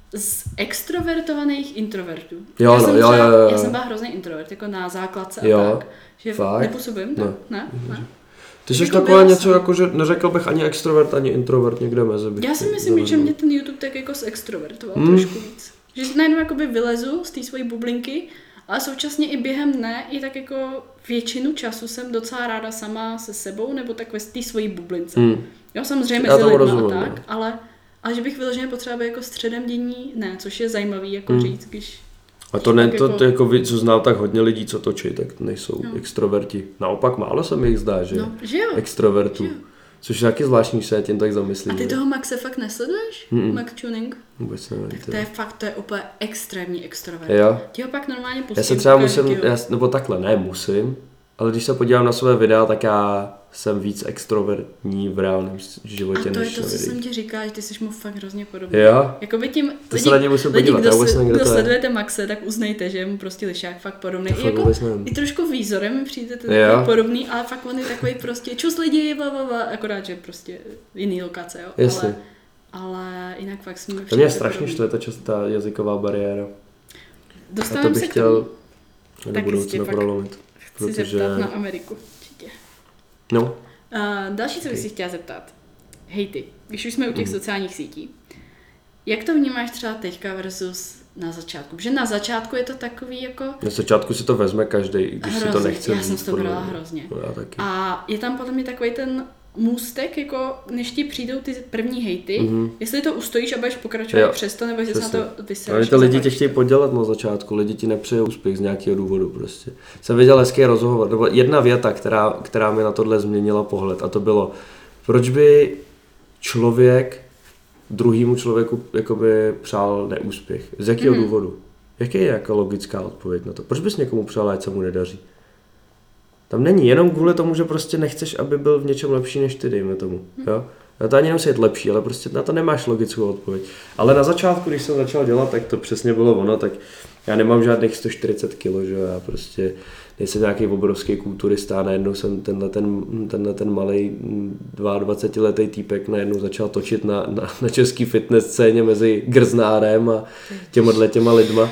z extrovertovaných introvertů. Jo, já no, jsem jo, třeba, jo, jo. Já jsem byla hrozný introvert, jako na základce Jo, a tak. Že fakt? nepůsobím, Ne. tak? Ne? ne? Ty jsi Jako taková byla něco jsem. jako, že neřekl bych ani extrovert, ani introvert někde mezi. bych Já si tě myslím, že zavedl. mě ten YouTube tak jako zextrovertoval Hmm. trošku víc. Že najednou jakoby vylezu z té svojí bublinky, ale současně i během dne, i tak jako většinu času jsem docela ráda sama se sebou, nebo tak ve té svojí bublince. Hmm. Jo, samozřejmě Já mezi tomu lidma rozumím, a no. tak, ale, ale že bych vyloženě potřeba jako středem dění, ne, což je zajímavý jako Hmm. říct, když... A to ne, Tak to, jako- to jako, ví- co znám tak hodně lidí, co točí, tak nejsou No. extroverti. Naopak málo se mi jich zdá, že No, že jo. extrovertů. Že jo. Což je taky zvláštní, že se tím tak zamyslím. A ty že? toho Maxe fakt nesleduješ? Mm-mm. Max Tuning? Vůbec nevím. Tak ty. to je fakt, to je úplně extrémní extrovert. Jo. Ti ho pak normálně pustím. Já se třeba ukážu musím, ti ho. já, nebo takhle, ne musím, ale když se podívám na své videa, tak já jsem víc extrovertní v reálném životě, A to je než to, na co jsem videích. ti říkala, že ty jsi mu fakt hrozně podobný. Jo? Jakoby tím To se na něj musím lidi, podívat, kdo, já vůbec sl- nevím, kdo kdo to je. sledujete Maxe, tak uznejte, že je mu prostě lišák fakt podobný. To I, fakt jako, vůbec nevím. I trošku výzorem mi přijde to Jo. takový podobný, ale fakt on je takový prostě čus lidi, bla, bla, bla, akorát, že prostě jiný lokace, jo. Jasně. Ale, ale jinak fakt jsme mi To přijde mě strašně podobný. štve ta častá jazyková bariéra. A to Dostaneme bych se k chtěl tomu. do Tak budoucna jistě, fakt. prolomit. Chci protože- zeptat na Ameriku, určitě. No, Uh, další, co bych si chtěla zeptat. hejty. Když už jsme u těch mm. sociálních sítí. Jak to vnímáš třeba teďka versus na začátku? Protože na začátku je to takový jako... Na začátku si to vezme každý, když hrozně. si to nechce. Já jsem si to brala hrozně. No, já taky. A je tam podle mě takový ten můstek, jako než ti přijdou ty první hejty, mm-hmm. jestli to ustojíš a budeš pokračovat jo, přesto, nebo jestli se na to vyseráš. Ale ty lidi tě chtějí podělat na začátku, lidi ti nepřejou úspěch z nějakého důvodu prostě. Jsem viděl hezký rozhovor, nebo jedna věta, která, která mi na tohle změnila pohled, a to bylo, proč by člověk druhýmu člověku jakoby přál neúspěch? Z jakého mm-hmm. důvodu? Jaký je jako logická odpověď na to? Proč bys někomu přál, ať se mu nedaří? Tam není, jenom kvůli tomu, že prostě nechceš, aby byl v něčem lepší než ty, dejme tomu. Jo? Na to ani nemusí jít lepší, ale prostě na to nemáš logickou odpověď. Ale na začátku, když jsem začal dělat, tak to přesně bylo ono, tak já nemám žádných sto čtyřicet kilo, že jo, já prostě nejsem nějaký obrovský kulturista, najednou jsem tenhle ten, tenhle ten malej dvacetiletý týpek najednou začal točit na, na, na český fitness scéně mezi Grznárem a těma těma lidma.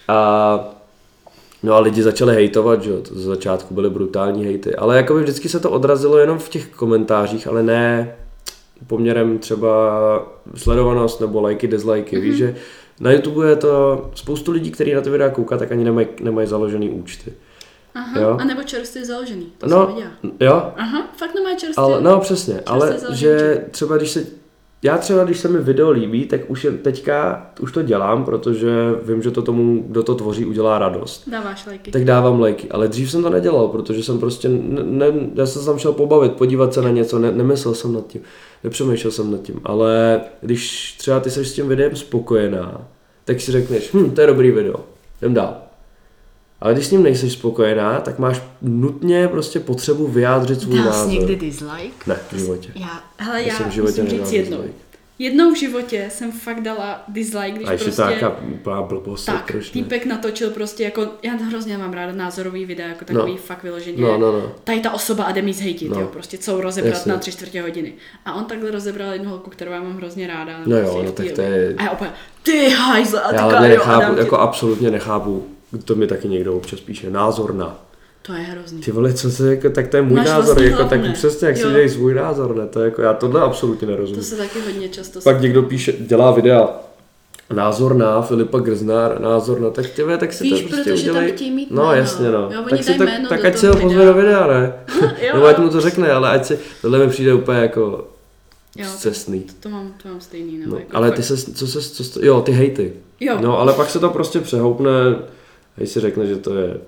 A no a lidi začali hejtovat, že jo, z začátku byly brutální hejty, ale jakoby vždycky se to odrazilo jenom v těch komentářích, ale ne poměrem třeba sledovanost nebo lajky, disliky, mm-hmm. víš, že na YouTube je to spoustu lidí, kteří na ty videa kouká, tak ani nemají, nemají založený účty. Aha, jo? A nebo čerstvě založený, to no, jsem viděla. Jo. Aha, fakt nemají čerstvě. Ale, no přesně, ale založený. že třeba když se Já třeba, když se mi video líbí, tak už je teďka, už to dělám, protože vím, že to tomu, kdo to tvoří, udělá radost. Dáváš lajky. Tak dávám lajky, ale dřív jsem to nedělal, protože jsem prostě, ne, ne, já jsem se tam šel pobavit, podívat se na něco, ne, nemyslel jsem nad tím, nepřemýšlel jsem nad tím, ale když třeba ty jsi s tím videem spokojená, tak si řekneš, hm, to je dobrý video, jdem dál. Ale když s ním nejsi spokojená, tak máš nutně prostě potřebu vyjádřit svůj Dal názor. Dal jsi někdy dislike? Ne, v životě. Já, hele, já, já jsem v životě musím říct jednou. Dislike. Jednou v životě jsem fakt dala dislike, když a ještě prostě... A ještě taková blbost. Tak, týpek natočil prostě jako, já hrozně mám ráda názorový videa, jako takový no. fakt vyloženě. No, no, no. Tady ta osoba a jde mi zhejtit, no. jo, prostě celou rozebrat Jasně. na tři čtvrtě hodiny. A on takhle rozebral jednu holku, kterou já mám hrozně ráda. No jo, prostě no tak to je... A já úplně, ty hajzle, a ty já Kájo, nechápu, jako absolutně nechápu, to mi taky někdo občas píše, názor na. To je hrozný. Ty vole, co se, jako, tak to je můj Máš názor, vlastně jako, tak ne? přesně, jak jo. si dělají svůj názor, ne, to je jako, já tohle absolutně nerozumím. To se taky hodně často Pak někdo píše, dělá videa, názor na Filipa Grznár, názor na, tak těme, tak si Víš, to prostě protože udělej. Tam chtějí mít no jméno. jasně, no. Jo, tak si to, tak do ať si ho pozve do videa, ne? jo, Nebo ať mu to řekne, ale ať si, tohle mi přijde úplně jako jo, cestný. To, to, mám, to mám stejný, no. no jako ale fakt. ty se, co se, co se, jo, ty hejty. Jo. No, ale pak se to prostě přehoupne, když si řekne, že to je...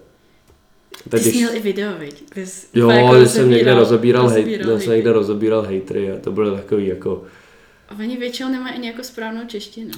Ty jsi měl i video, viď? Jsi jo, jako jsem někde rozebíral, hejt, hejty. jsem někde rozebíral hejtry a to bylo takový jako... A oni většinou nemají ani jako správnou češtinu.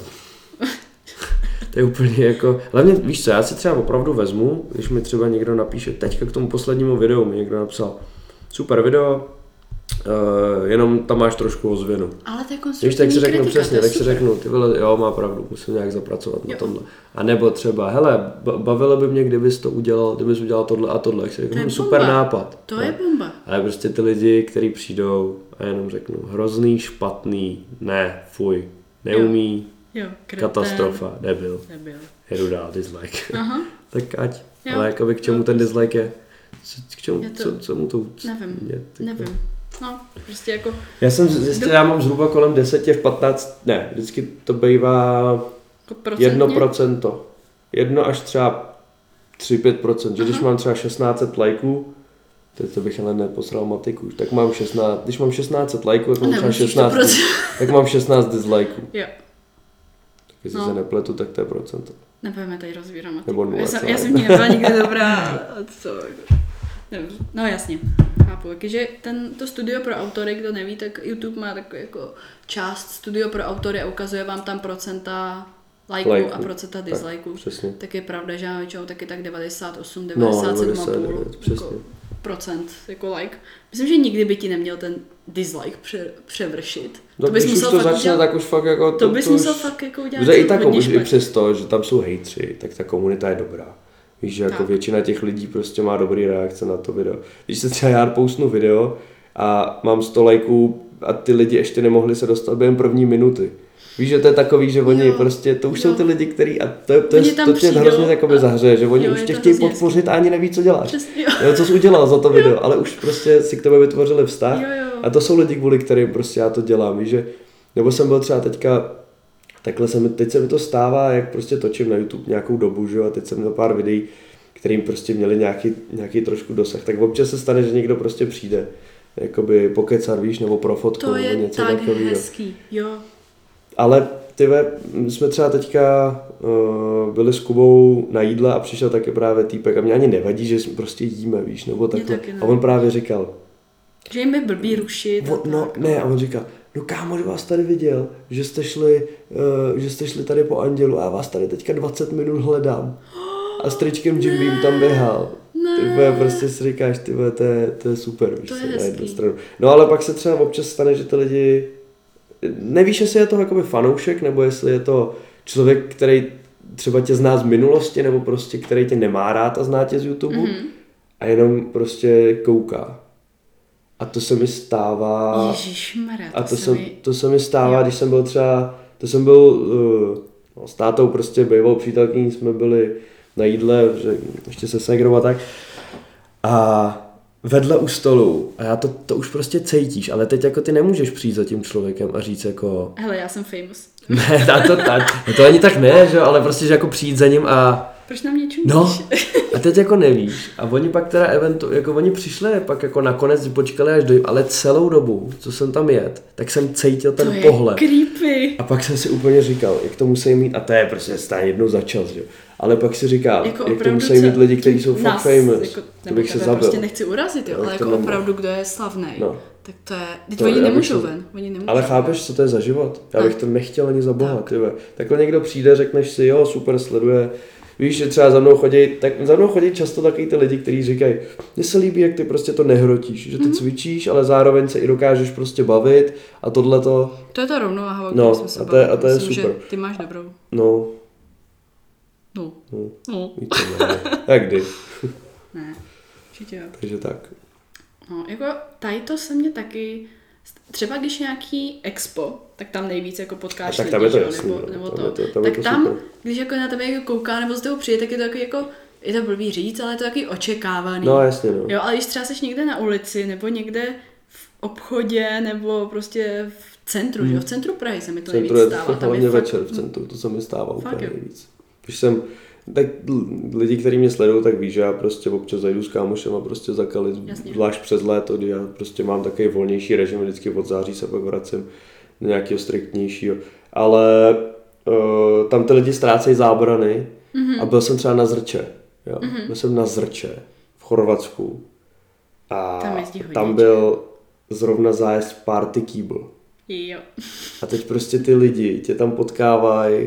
To je úplně jako... Hlavně víš co, já si třeba opravdu vezmu, když mi třeba někdo napíše, teďka k tomu poslednímu videu mi někdo napsal, super video, uh, jenom tam máš trošku ozvěnu. Ale to je konstruktivní víš, tak si řeknu kritika, přesně, tak si řeknu, ty vole, jo, má pravdu, musím nějak zapracovat jo. na tomhle. A nebo třeba, hele, bavilo by mě, kdybys to udělal, kdybys udělal tohle a tohle, jak si řeknu, super nápad. To no. je bomba. Ale prostě ty lidi, kteří přijdou a jenom řeknu, hrozný, špatný, ne, fuj, neumí, jo. Jo, katastrofa, debil. Debil. Jedu dál, dislike. Aha. Tak ať. Jo. Ale jakoby k čemu jo. ten dislike je? K čemu, to... co, co mu to... Nevím, je, nevím. No, prostě jako... Já jsem zjistil, já mám zhruba kolem deset až patnáct, ne, vždycky to bývá jedno procento. Jedno až třeba tři pět procent. Že když mám třeba šestnáct set lajků, teď to bych ale neposral matiku, tak mám šestnáct, když mám šestnáct set lajků, tak mám třeba šestnáct, tak mám šestnáct dislikeů. Jo. Tak jestli no. se nepletu, tak to je procento. Nebudeme tady rozvírat matiku. Nebo nula, já, jsem, já jsem ní nebyla nikdy dobrá. Co? No jasně, chápu. Takže ten, to studio pro autory, kdo neví, tak YouTube má takový jako část studio pro autory a ukazuje vám tam procenta lajků like a procenta dislikeů. Tak, tak je pravda, že já většinou taky tak devadesát osm, devadesát sedm celá pět jako procent jako like. Myslím, že nikdy by ti neměl ten dislike pře, převršit. No, to bys když musel už to začne, udělat, tak už fakt jako... To, to bys to musel už, fakt jako udělat. Že i tak už i přesto, že tam jsou hejtři, tak ta komunita je dobrá. Víš, že jako tak. Většina těch lidí prostě má dobrý reakce na to video. Když se třeba já postnu video a mám sto lajků a ty lidi ještě nemohli se dostat během první minuty. Víš, že to je takový, že oni jo, prostě, to už jo. jsou ty lidi, kteří, a to, to, je, to tě hrozně jakoby zahřeje, že oni jo, už tě chtějí podpořit a ani neví, co děláš. Přesně, jo. Jo, co jsi udělal za to video, jo. ale už prostě si k tebe vytvořili vztah jo, jo. A to jsou lidi, kvůli kterým prostě já to dělám, víš, že, nebo jsem byl třeba teďka, takhle se mi, teď se mi to stává, jak prostě točím na YouTube nějakou dobu, že jo, a teď jsem měl pár videí, kterým prostě měli nějaký, nějaký trošku dosah, tak občas se stane, že někdo prostě přijde, jakoby pokecat, víš, nebo pro fotku, to nebo je něco tak takového. hezký, jo. Ale tyve, my jsme třeba teďka uh, byli s Kubou na jídle a přišel taky právě týpek a mě ani nevadí, že prostě jíme, víš, nebo takhle. A on právě říkal, že jim je blbý rušit. O, no, tak, ne, a on říká, no kámoš vás tady viděl, že jste šli, uh, že jste šli tady po Andělu a já vás tady teďka dvacet minut hledám. A s tričkem Jimbym tam běhal. Tyhle, prostě si říkáš, tyhle, to je, to je super, víš, to je se, na jednu hezký. stranu. No ale pak se třeba občas stane, že ty lidi, nevíš, jestli je to jakoby fanoušek, nebo jestli je to člověk, který třeba tě zná z minulosti, nebo prostě který tě nemá rád a zná tě z YouTube mm-hmm. a jenom prostě kouká. A to se mi stává. Ježišmarja, to, a to, se se, mi... to se mi stává, jo. Když jsem byl třeba, to jsem byl uh, no, s tátou prostě bývalou přítelkyní, jsme byli na jídle, že ještě se segrou a tak. A vedle u stolu, a já to, to už prostě cítíš, ale teď jako ty nemůžeš přijít za tím člověkem a říct jako... Hele, já jsem famous. Ne, to, to, to, to ani tak ne, že? Ale prostě, že jako přijít za ním a... Proč na mě čumíš? No, a teď jako nevíš. A oni pak teda eventu, jako oni přišli, pak jako nakonec počkali až do, ale celou dobu, co jsem tam jet, tak jsem cítil ten to pohled. Je creepy. A pak jsem si úplně říkal, jak to musí mít, a to je prostě stát jednou za čas, že? Ale pak si říkal, jako jak to musí mít lidi, kteří jsou fakt famous. Jako, to bych se zabil. Prostě nechci urazit, jo, ale jako opravdu, kdo je slavnej. No. Tak to je, teď to, oni nemůžou se, ven, oni nemůžou. Ale chápeš, co to je za život? Já bych to nechtěl ani za boha, tak. Takhle někdo přijde, řekneš si, jo, super, sleduje. Víš, že třeba za mnou chodí, tak za mnou chodí často takový ty lidi, kteří říkají, mně se líbí, jak ty prostě to nehrotíš, že ty mm-hmm. cvičíš, ale zároveň se i dokážeš prostě bavit a tohle to. To je ta rovnováha, o no, jsme se a to je, a to je myslím, super. Že ty máš dobrou. No. No. No. No. Jak kdy? Ne, určitě jo. Takže tak. No, jako tady to se mě taky, třeba když nějaký expo, tak tam nejvíc jako potkáš tak lidi, tam je to že? jasný, nebo, no. nebo tam to. Je to tam tak je to tam, super. když jako na tebe jako kouká nebo z toho přijde, tak je to takový jako, je to blbý říct, ale je to takový očekávaný. No jasně, no. Jo, ale když třeba seš někde na ulici, nebo někde v obchodě, nebo prostě v centru, hmm. že jo, v centru Prahy se mi to nejvíc stává. Tam hlavně je večer fakt, v centru, to se mi stává fakt úplně jo. nejvíc. Když jsem, tak lidi, kteří mě sledují, tak ví, že já prostě občas zajdu s kámošem a prostě zakalit, zvlášť přes léto, kdy já prostě mám takový volnější režim, vždycky od září se pak vracím do nějakého striktnějšího. Ale uh, tam ty lidi ztrácejí zábrany mm-hmm. a byl jsem třeba na Zrče, jo. Mm-hmm. Byl jsem na Zrče v Chorvatsku a tam, tam byl zrovna zájezd Party Kýbl. Jo. A teď prostě ty lidi tě tam potkávají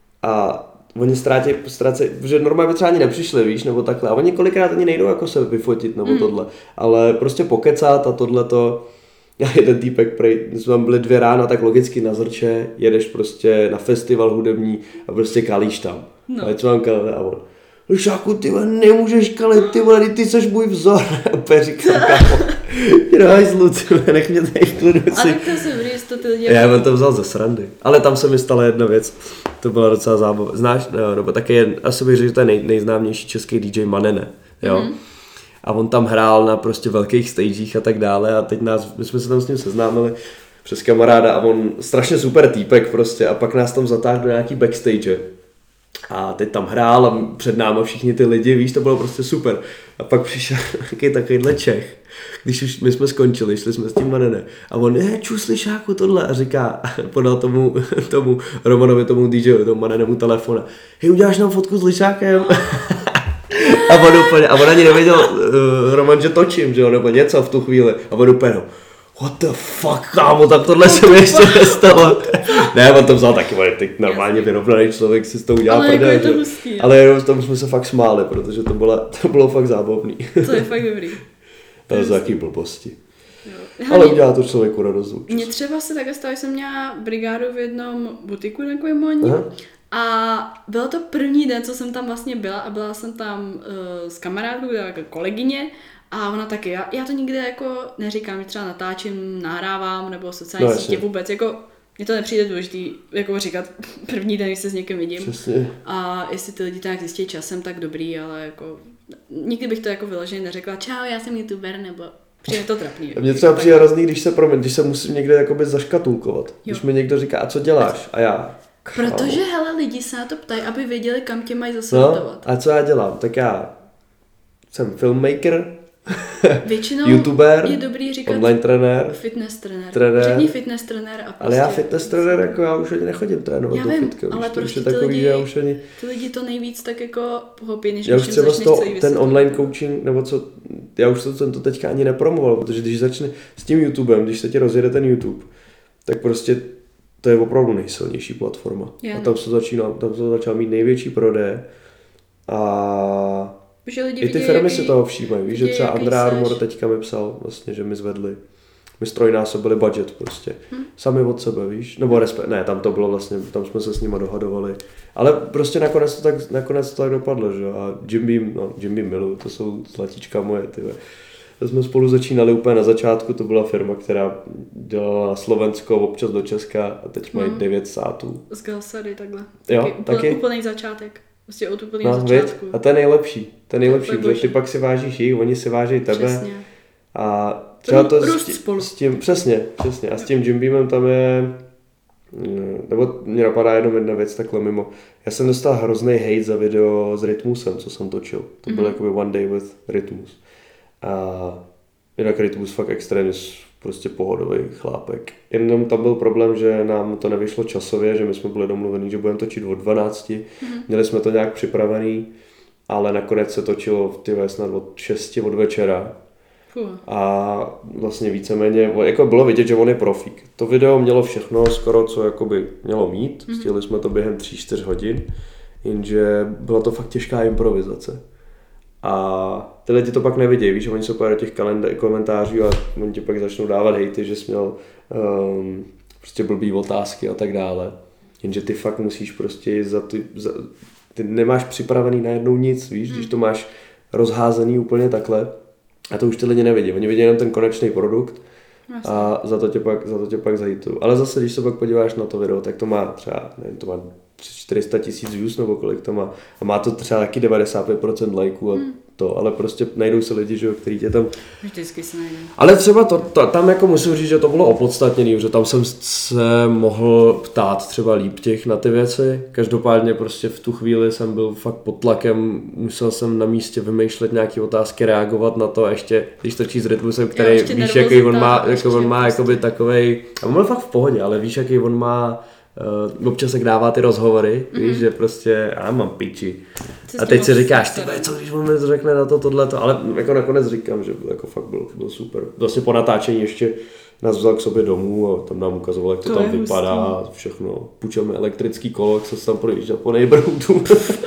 a oni ztrátějí, ztrácejí, protože normálně by třeba ani nepřišli, víš, nebo takhle. A oni kolikrát ani nejdou jako se vyfotit, nebo mm. tohle. Ale prostě pokecat a tohleto. Já jeden týpek, prej, my jsme tam byli dvě rána, tak logicky na Zrče, jedeš prostě na festival hudební a prostě kalíš tam. No. A co mám kalit a on, Lišáku, ty vole, nemůžeš kalit, ty vole, ty seš můj vzor. A opět říkám, kámo, jde hajzlu, ty vole, nech mě tady v klidu. Ale to se dobrý, to ty lidi... Já jsem to vzal ze srandy. Ale tam se mi stala jedna věc, to byla docela zábava. Znáš, no, nebo taky je, asi bych řekl, že to je nej, nejznámější český D J Manene, jo. Mm-hmm. A on tam hrál na prostě velkých stagech a tak dále a teď nás, my jsme se tam s ním seznámili přes kamaráda a on strašně super týpek prostě a pak nás tam zatáhl do nějaký backstage. A teď tam hrál a před náma všichni ty lidi, víš, to bylo prostě super. A pak přišel nějaký takovýhle Čech, když už my jsme skončili, šli jsme s tím Manene. A on, je, čus, Lišáku, tohle. A říká, podal tomu, tomu Romanovi, tomu DJovi, tomu Manenemu telefona. Hej, uděláš nám fotku s Lišákem? A on úplně, a on ani nevěděl, uh, Roman, že točím, že jo, nebo něco v tu chvíli. A on úplně, what the fuck, kámo, tak tohle se mi ještě nestalo. Ne, on to vzal taky, ale teď normálně vyrovnaný člověk si s tou udělal prdel. Ale jako je to hustý. Ale jenom tomu jsme se fakt smáli, protože to, byla, to bylo fakt zábavný. To je fakt dobrý. To je za jaký blbosti. Jo. Ale udělá to člověku radost. Mně třeba se takhle stalo, že jsem měla brigádu v jednom butiku takovém módním. A byl to první den, co jsem tam vlastně byla a byla jsem tam uh, s kamarádkou, jako kolegyně a ona taky, já, já to nikdy jako neříkám, že třeba natáčím, nahrávám nebo sociální no, sítě vůbec, jako mně to nepřijde důležitý, jako říkat první den, když se s někým vidím. Přesně. A jestli ty lidi to nějak zjistí časem, tak dobrý, ale jako nikdy bych to jako vyloženě neřekla, čau, já jsem youtuber, nebo Přijde to trapný. Mně třeba přijde hrozný, když se proměň, když se musím někde jakoby zaškatulkovat. Jo. Když mi někdo říká, a co děláš? A já... Protože, hele, lidi se na to ptají, aby věděli, kam tě mají zasortovat. No, a co já dělám? Tak já jsem filmmaker, většinou YouTuber, je dobrý říkat online trenér, fitness trenér. trenér. Řekni fitness trenér a prostě... Ale já fitness trenér, jako já už ani nechodím trénovat já do vím, fitka. ale už prostě je ty takový, lidi, že já už ani... ty lidi to nejvíc tak jako pochopí, než já už když třeba začneš to, celý ten vysvětlit. online coaching, nebo co, já už to, jsem to teďka ani nepromoval, protože když začne s tím YouTubem, když se ti rozjede ten YouTube, tak prostě to je opravdu nejsilnější platforma. Já a tam se začíná, tam se začal mít největší prodej a lidi i ty vidí, firmy jaký, si toho všímají. Víš, že třeba jaký Under Armour seš. teďka mi psal, vlastně, že mi zvedli, my strojnásobili budget prostě. Hmm. Sami od sebe, víš, nebo respekt, ne, tam to bylo vlastně, tam jsme se s nima dohadovali. Ale prostě nakonec to tak, nakonec to tak dopadlo, že jo. A Jim Beam, no Jim Beam miluju, to jsou zlatíčka moje, tyhle. To jsme spolu začínali úplně na začátku, to byla firma, která dělala na Slovensko, občas do Česka a teď mají Hmm. devět států. Z Galsary takhle. Jo, taky, úplně, taky? úplný začátek. Prostě od úplného No, začátku. víc? A to je nejlepší, to je nejlepší, To je protože boží. ty pak si vážíš jich, oni si váží tebe. Přesně. A třeba to Růst s, tí, spolu. s tím, přesně, přesně. A s tím Jim Beamem tam je, nebo mě napadá jenom jedna věc takhle mimo. Já jsem dostal hrozný hate za video s Rytmusem, co jsem točil. To byl mm-hmm. jakoby One Day with Rytmus. A jinak Rytmus fakt extrémně prostě pohodový chlápek. Jenom tam byl problém, že nám to nevyšlo časově, že my jsme byli domluvení, že budeme točit od dvanácti. Mm-hmm. Měli jsme to nějak připravený, ale nakonec se točilo ty snad od šesti od večera. Fuh. A vlastně víceméně, jako bylo vidět, že on je profík. To video mělo všechno skoro, co jakoby mělo mít. Mm-hmm. Stihli jsme to během tři čtyři hodin, jenže byla to fakt těžká improvizace. A ty lidi to pak nevidějí, víš, oni se pojedou do těch kalend- komentářů a oni ti pak začnou dávat hejty, že jsi měl um, prostě blbý otázky a tak dále. Jenže ty fakt musíš prostě za tu, za, ty nemáš připravený najednou nic, víš, mm. když to máš rozházený úplně takhle. A to už ty lidi nevidí, oni vidí jenom ten konečný produkt a za to tě pak, za to tě pak zahejtují. Ale zase, když se pak podíváš na to video, tak to má třeba, nevím, to má čtyři sta tisíc views nebo kolik to má. A má to třeba taky devadesát pět procent lajků a hmm. to, ale prostě najdou se lidi, že jo, který tě tam... Vždycky se najde. Ale třeba to, to, tam jako musím říct, že to bylo opodstatněný, že tam jsem se mohl ptát třeba líp těch na ty věci. Každopádně prostě v tu chvíli jsem byl fakt pod tlakem, musel jsem na místě vymýšlet nějaké otázky, reagovat na to a ještě, když točí s Rytmusem, který jo, víš, jaký on má, jako on má jakoby takovej, a on byl fakt v pohodě, ale víš, jaký on má, uh, občas jak dává ty rozhovory, mm-hmm. víš, že prostě, já mám piči. A teď si říkáš, ty co když on mi řekne na to tohleto, ale jako nakonec říkám, že jako fakt byl, byl super. Vlastně po natáčení ještě nás vzal k sobě domů a tam nám ukazoval, jak to, to tam vypadá a všechno. Půjčil mi elektrický kolo, jak se tam projížděl po nejbroudu.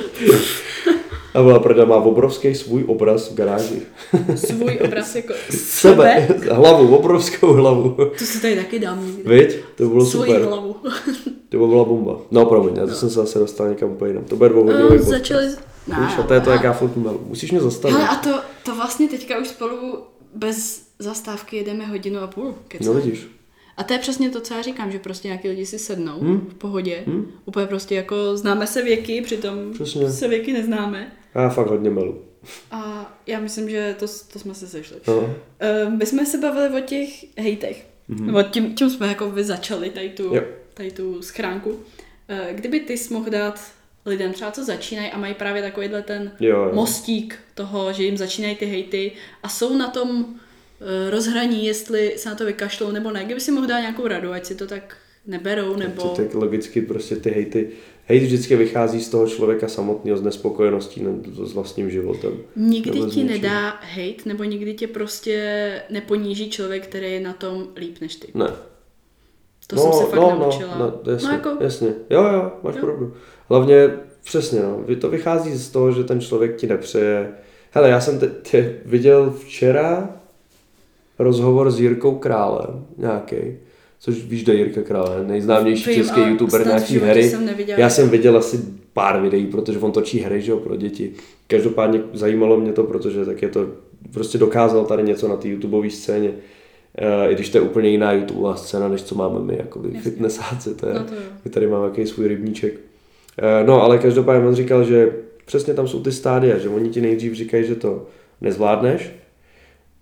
A byla pravda, má obrovský svůj obraz v garáži. Svůj obraz jako sebe? Hlavu, obrovskou hlavu. To si tady taky dám někdy. Viď? To bylo Svojí super. hlavu. To byla bomba. No promiň, já to no. jsem se zase dostal někam úplně jinam. To bude dvouhodinový podcast. Začali... Víš, a to je to, jak já furt melu. Musíš mě zastavit. Hele, a to, to vlastně teďka už spolu bez zastávky jedeme hodinu a půl. Kecám. No vidíš. A to je přesně to, co já říkám, že prostě nějaký lidi si sednou hmm. v pohodě. Hmm. Úplně prostě jako známe se věky, přitom přesně. Se věky neznáme. Já fakt hodně melu. A já myslím, že to, to jsme se sešli. No. Uh, my jsme se bavili o těch hejtech. Mm-hmm. Nebo tím, tím jsme jako vy začali tady tu, tady tu schránku. Uh, kdyby ty jsi mohl dát lidem třeba, co začínají a mají právě takovýhle ten jo, jo. mostík toho, že jim začínají ty hejty a jsou na tom uh, rozhraní, jestli se na to vykašlou nebo ne. Kdyby si mohl dát nějakou radu, ať si to tak neberou, nebo... Tak logicky prostě ty hejty, hejt vždycky vychází z toho člověka samotného, z nespokojeností s vlastním životem. Nikdy ti nedá hejt, nebo nikdy tě prostě neponíží člověk, který je na tom líp než ty. Ne. To no, jsem se fakt no, naučila. No, no, jasně, no jako... jasně. Jo, jo, máš jo. pravdu. Hlavně, přesně, no, to vychází z toho, že ten člověk ti nepřeje. Hele, já jsem te, te viděl včera rozhovor s Jirkou Králem, nějaký. Což víš, že Jirka Král, nejznámější Vím, český youtuber, nějaký hry. Jsem neviděla, já jsem viděl asi pár videí, protože on točí hry, že jo, pro děti. Každopádně zajímalo mě to, protože tak je to, prostě dokázal tady něco na té YouTubeové scéně. Uh, I když to je úplně jiná YouTubeová scéna, než co máme my, jako fitnessáci, to je, no to my tady máme jaký svůj rybníček. Uh, no, ale každopádně on říkal, že přesně tam jsou ty stádia, že oni ti nejdřív říkají, že to nezvládneš,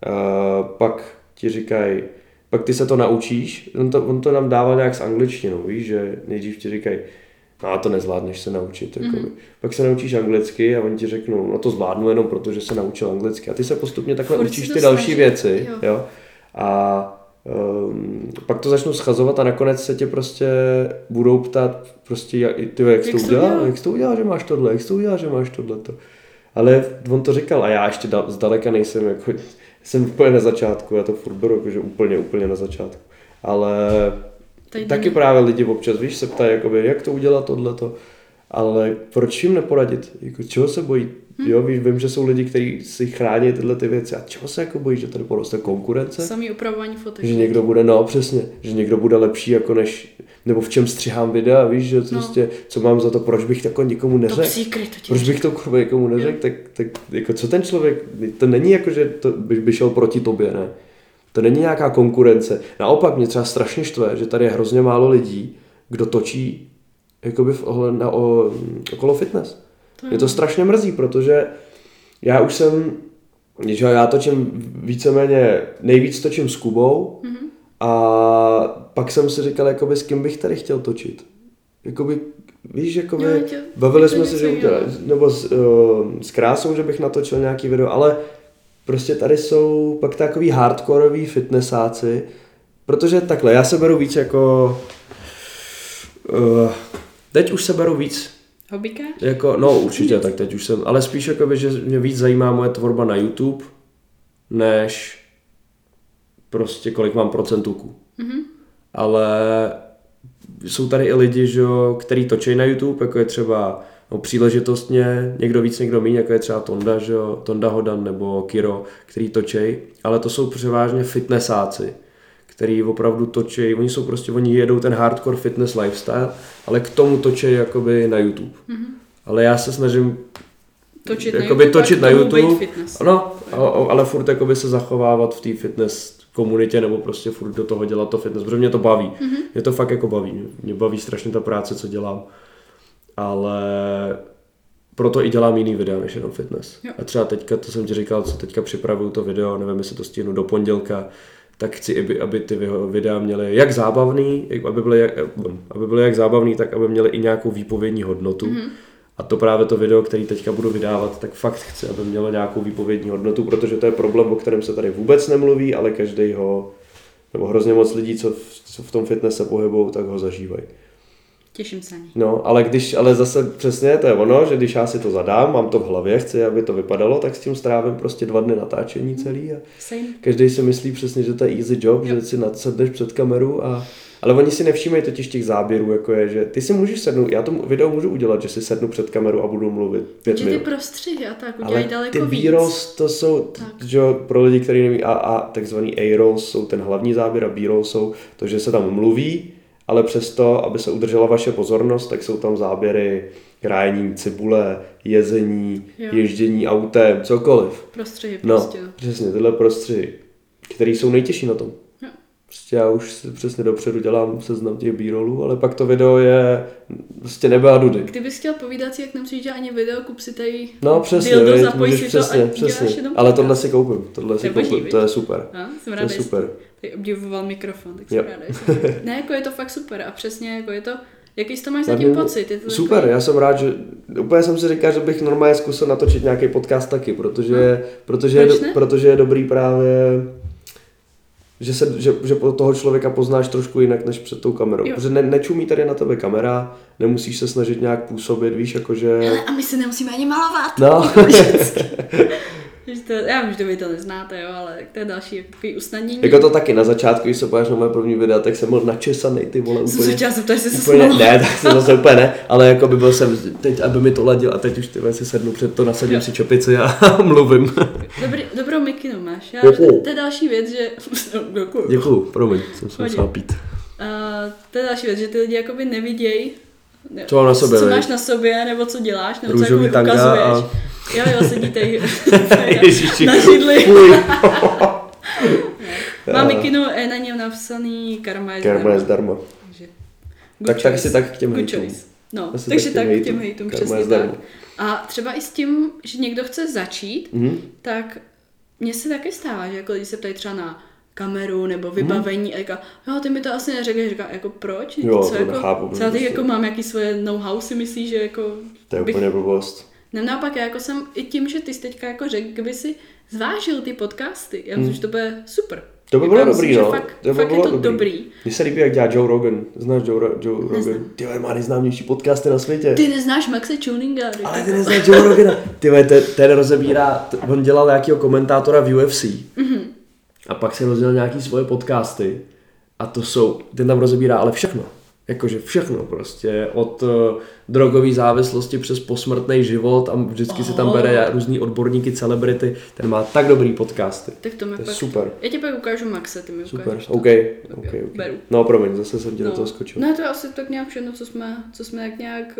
uh, pak ti říkají, pak ty se to naučíš, on to, on to nám dává nějak s angličtinou, víš, že nejdřív ti říkají, no to nezvládneš se naučit, mm-hmm. Pak se naučíš anglicky a oni ti řeknou, no to zvládnu jenom proto, že se naučil anglicky a ty se postupně takhle Furt učíš ty snaží. Další snaží, věci, jo. jo. A um, pak to začnou schazovat a nakonec se tě prostě budou ptát prostě, jak, ty, jak, jak jsi to udělal, jak jsi to udělal, že máš tohle, jak jsi to udělal, že máš tohleto. Ale on to říkal a já ještě da, zdaleka nejsem, jako, jsem úplně na začátku, já to furt beru, jakože úplně, úplně na začátku. Ale Tady taky není. Právě lidi občas, víš, se ptají, jakoby, jak to udělat tohleto, ale proč jim neporadit, jako, čeho se bojí, hmm. jo, víš, vím, že jsou lidi, kteří si chrání tyhle ty věci a čeho se jako bojí, že tady poroste konkurence? Samý upravování fotek. Že někdo bude, no přesně, že někdo bude lepší jako než, nebo v čem střihám videa, víš, že prostě, no. Co mám za to, proč bych to jako nikomu neřekl, proč bych to kurva nikomu neřekl, tak, tak jako co ten člověk, to není jako, že to by, by šel proti tobě, ne? To není nějaká konkurence. Naopak mě třeba strašně štve, že tady je hrozně málo lidí, kdo točí jakoby v ohled na o, okolo fitness. To mě to strašně mrzí, protože já už jsem, že já točím víceméně, nejvíc točím s Kubou mm-hmm. a pak jsem si říkal, jakoby, s kým bych tady chtěl točit. Jakoby, víš, jakoby, jo, tě, bavili jsme se, že udělali, nebo s, uh, s Krásou, že bych natočil nějaký video, ale prostě tady jsou pak takový hardkorový fitnessáci, protože takhle, já se beru víc jako, uh, teď už se beru víc. Hobíka? Jako, no určitě, tak teď už jsem, ale spíš jako, že mě víc zajímá moje tvorba na YouTube, než prostě kolik mám procentuků. Mm-hmm. Ale jsou tady i lidi, že, který točí na YouTube, jako je třeba no, příležitostně, někdo víc, někdo míň, jako je třeba Tonda, že, Tonda Hodan nebo Kiro, který točí, ale to jsou převážně fitnessáci, který opravdu točí, oni jsou prostě, oni jedou ten hardcore fitness lifestyle, ale k tomu točí jakoby na YouTube. Mm-hmm. Ale já se snažím točit jakoby, na YouTube, točit na YouTube, no, ale furt jakoby se zachovávat v té fitness komunitě nebo prostě furt do toho dělat to fitness, protože mě to baví. Mm-hmm. Mě to fakt jako baví. Mě baví strašně ta práce, co dělám. Ale proto i dělám jiný videa než jenom fitness. Jo. A třeba teďka, to jsem ti říkal, co teďka připravuju to video, nevím, jestli to stihnu do pondělka, tak chci, aby, aby ty videa měly jak zábavný, aby byly jak, aby byly jak zábavný, tak aby měly i nějakou výpovědní hodnotu. Mm-hmm. A to právě to video, který teďka budu vydávat, tak fakt chci, aby mělo nějakou výpovědní hodnotu, protože to je problém, o kterém se tady vůbec nemluví, ale každý ho, nebo hrozně moc lidí, co v, co v tom fitness se pohybou, tak ho zažívají. Těším se. No, ale když, ale zase přesně to je ono, že když já si to zadám, mám to v hlavě, chci, aby to vypadalo, tak s tím strávím prostě dva dny natáčení celý a Same. Každý si myslí přesně, že to je easy job, jo. Že si nadsedneš před kameru a ale oni si nevšímají totiž těch záběrů, jako je, že ty si můžeš sednout, já to video můžu udělat, že si sednu před kameru a budu mluvit pět že minut. Ty prostřihy a tak udělají daleko víc. Ale ty B-rolls to jsou, že pro lidi, kteří neví, a, a takzvaný A-rolls jsou ten hlavní záběr a B-rolls jsou to, že se tam mluví, ale přesto, aby se udržela vaše pozornost, tak jsou tam záběry krájení cibule, jezení, jo. ježdění autem, cokoliv. Prostřihy no, prostě. Přesně, tyhle prostřihy, které jsou nejtěžší na tom. Jo. Prostě já už si přesně dopředu dělám seznam těch b-rollů, ale pak to video je prostě nebe a dudy. Kdybys chtěl povídat si, jak nemusíš dělat ani video, kup si tady no, přesně, dildo, vy, zapoj si přesně, to a přesně. děláš jenom ale tohle si koupím, tohle si boží, koupím, to je super. No, jsem ráda, to je super. Tady obdivoval mikrofon, tak jsem yep. ráda. Ne, jako je to fakt super a přesně jako je to, jaký jsi to máš zatím pocit? Je to super, takový... já jsem rád, že úplně jsem si říkal, že bych normálně zkusil natočit nějaký podcast taky, protože, no. protože, je, do, protože je dobrý právě, že, se, že, že toho člověka poznáš trošku jinak než před tou kamerou. Jo. Protože ne, nečumí tady na tebe kamera, nemusíš se snažit nějak působit, víš, jakože... Ale a my se nemusíme ani malovat. No. To, já vím, že vy to neznáte, jo, ale to je další takový usnadnění. Jako to taky na začátku, když se podíváš na moje první videa, tak jsem byl načesaný, ty vole, úplně. Jsem se zeptat, jestli se úplně, ne, tak jsem zase úplně ne, ale jako by byl jsem, teď, aby mi to ladil a teď už ty si sednu před to, nasadím jo. si čepici a mluvím. Dobrý, dobrou mikinu máš, já, to, to je další věc, že... Děkuju. Děkuju, promiň, jsem se musel pít. Uh, to je další věc, že ty lidi jakoby nevidějí, ne, co, na sobě, co ne? máš na sobě, nebo co děláš, nebo růžový co jako ukazuješ. A... Jo, jo, sedíte na židli. Má mikinu, je na něm napsaný karma je karma zdarma. Tak tak si tak k těm hejtům. No, Asi takže tak k těm hejtům, přesně tak. A třeba i s tím, že někdo chce začít, mm-hmm. tak mně se taky stává, že jako když se ptají třeba na kameru nebo vybavení hmm. a říká, jo, ty mi to asi neřekneš, říká, jako proč? Jo, co to jako, nechápu. třeba ty jako mám jaký svoje know-how si myslíš, že jako... To je bych... úplně blbost. No naopak, já jako jsem i tím, že ty jsi teďka jako řekl, kdyby si zvážil ty podcasty, já myslím, hmm. že to bude super. To by bylo dobrý, myslím, no. Fakt, to by fakt bylo je to dobrý. dobrý. Mně se líbí, jak dělá Joe Rogan. Znáš Joe, Joe Rogan? Ty má nejznámější podcasty na světě. Ty neznáš Maxe Tuninga. Ale ty neznáš Joe Rogana. Ty ten, ten rozebírá, on dělal nějakého komentátora v U F C. Mm-hmm. A pak se rozdělal nějaký svoje podcasty. A to jsou, ten tam rozebírá ale všechno. Jakože všechno prostě. Od uh, drogové závislosti přes posmrtný život a vždycky oh. se tam bere různý odborníky, celebrity. Ten má tak dobrý podcasty. Tak to, to je pak, super. Já ti pak ukážu Maxe, ty mi super. ukážeš. Super, okay. okay, okay. Beru. No promiň, zase jsem ti no. do toho skočil. No to je asi tak nějak všechno, co jsme, co jsme jak nějak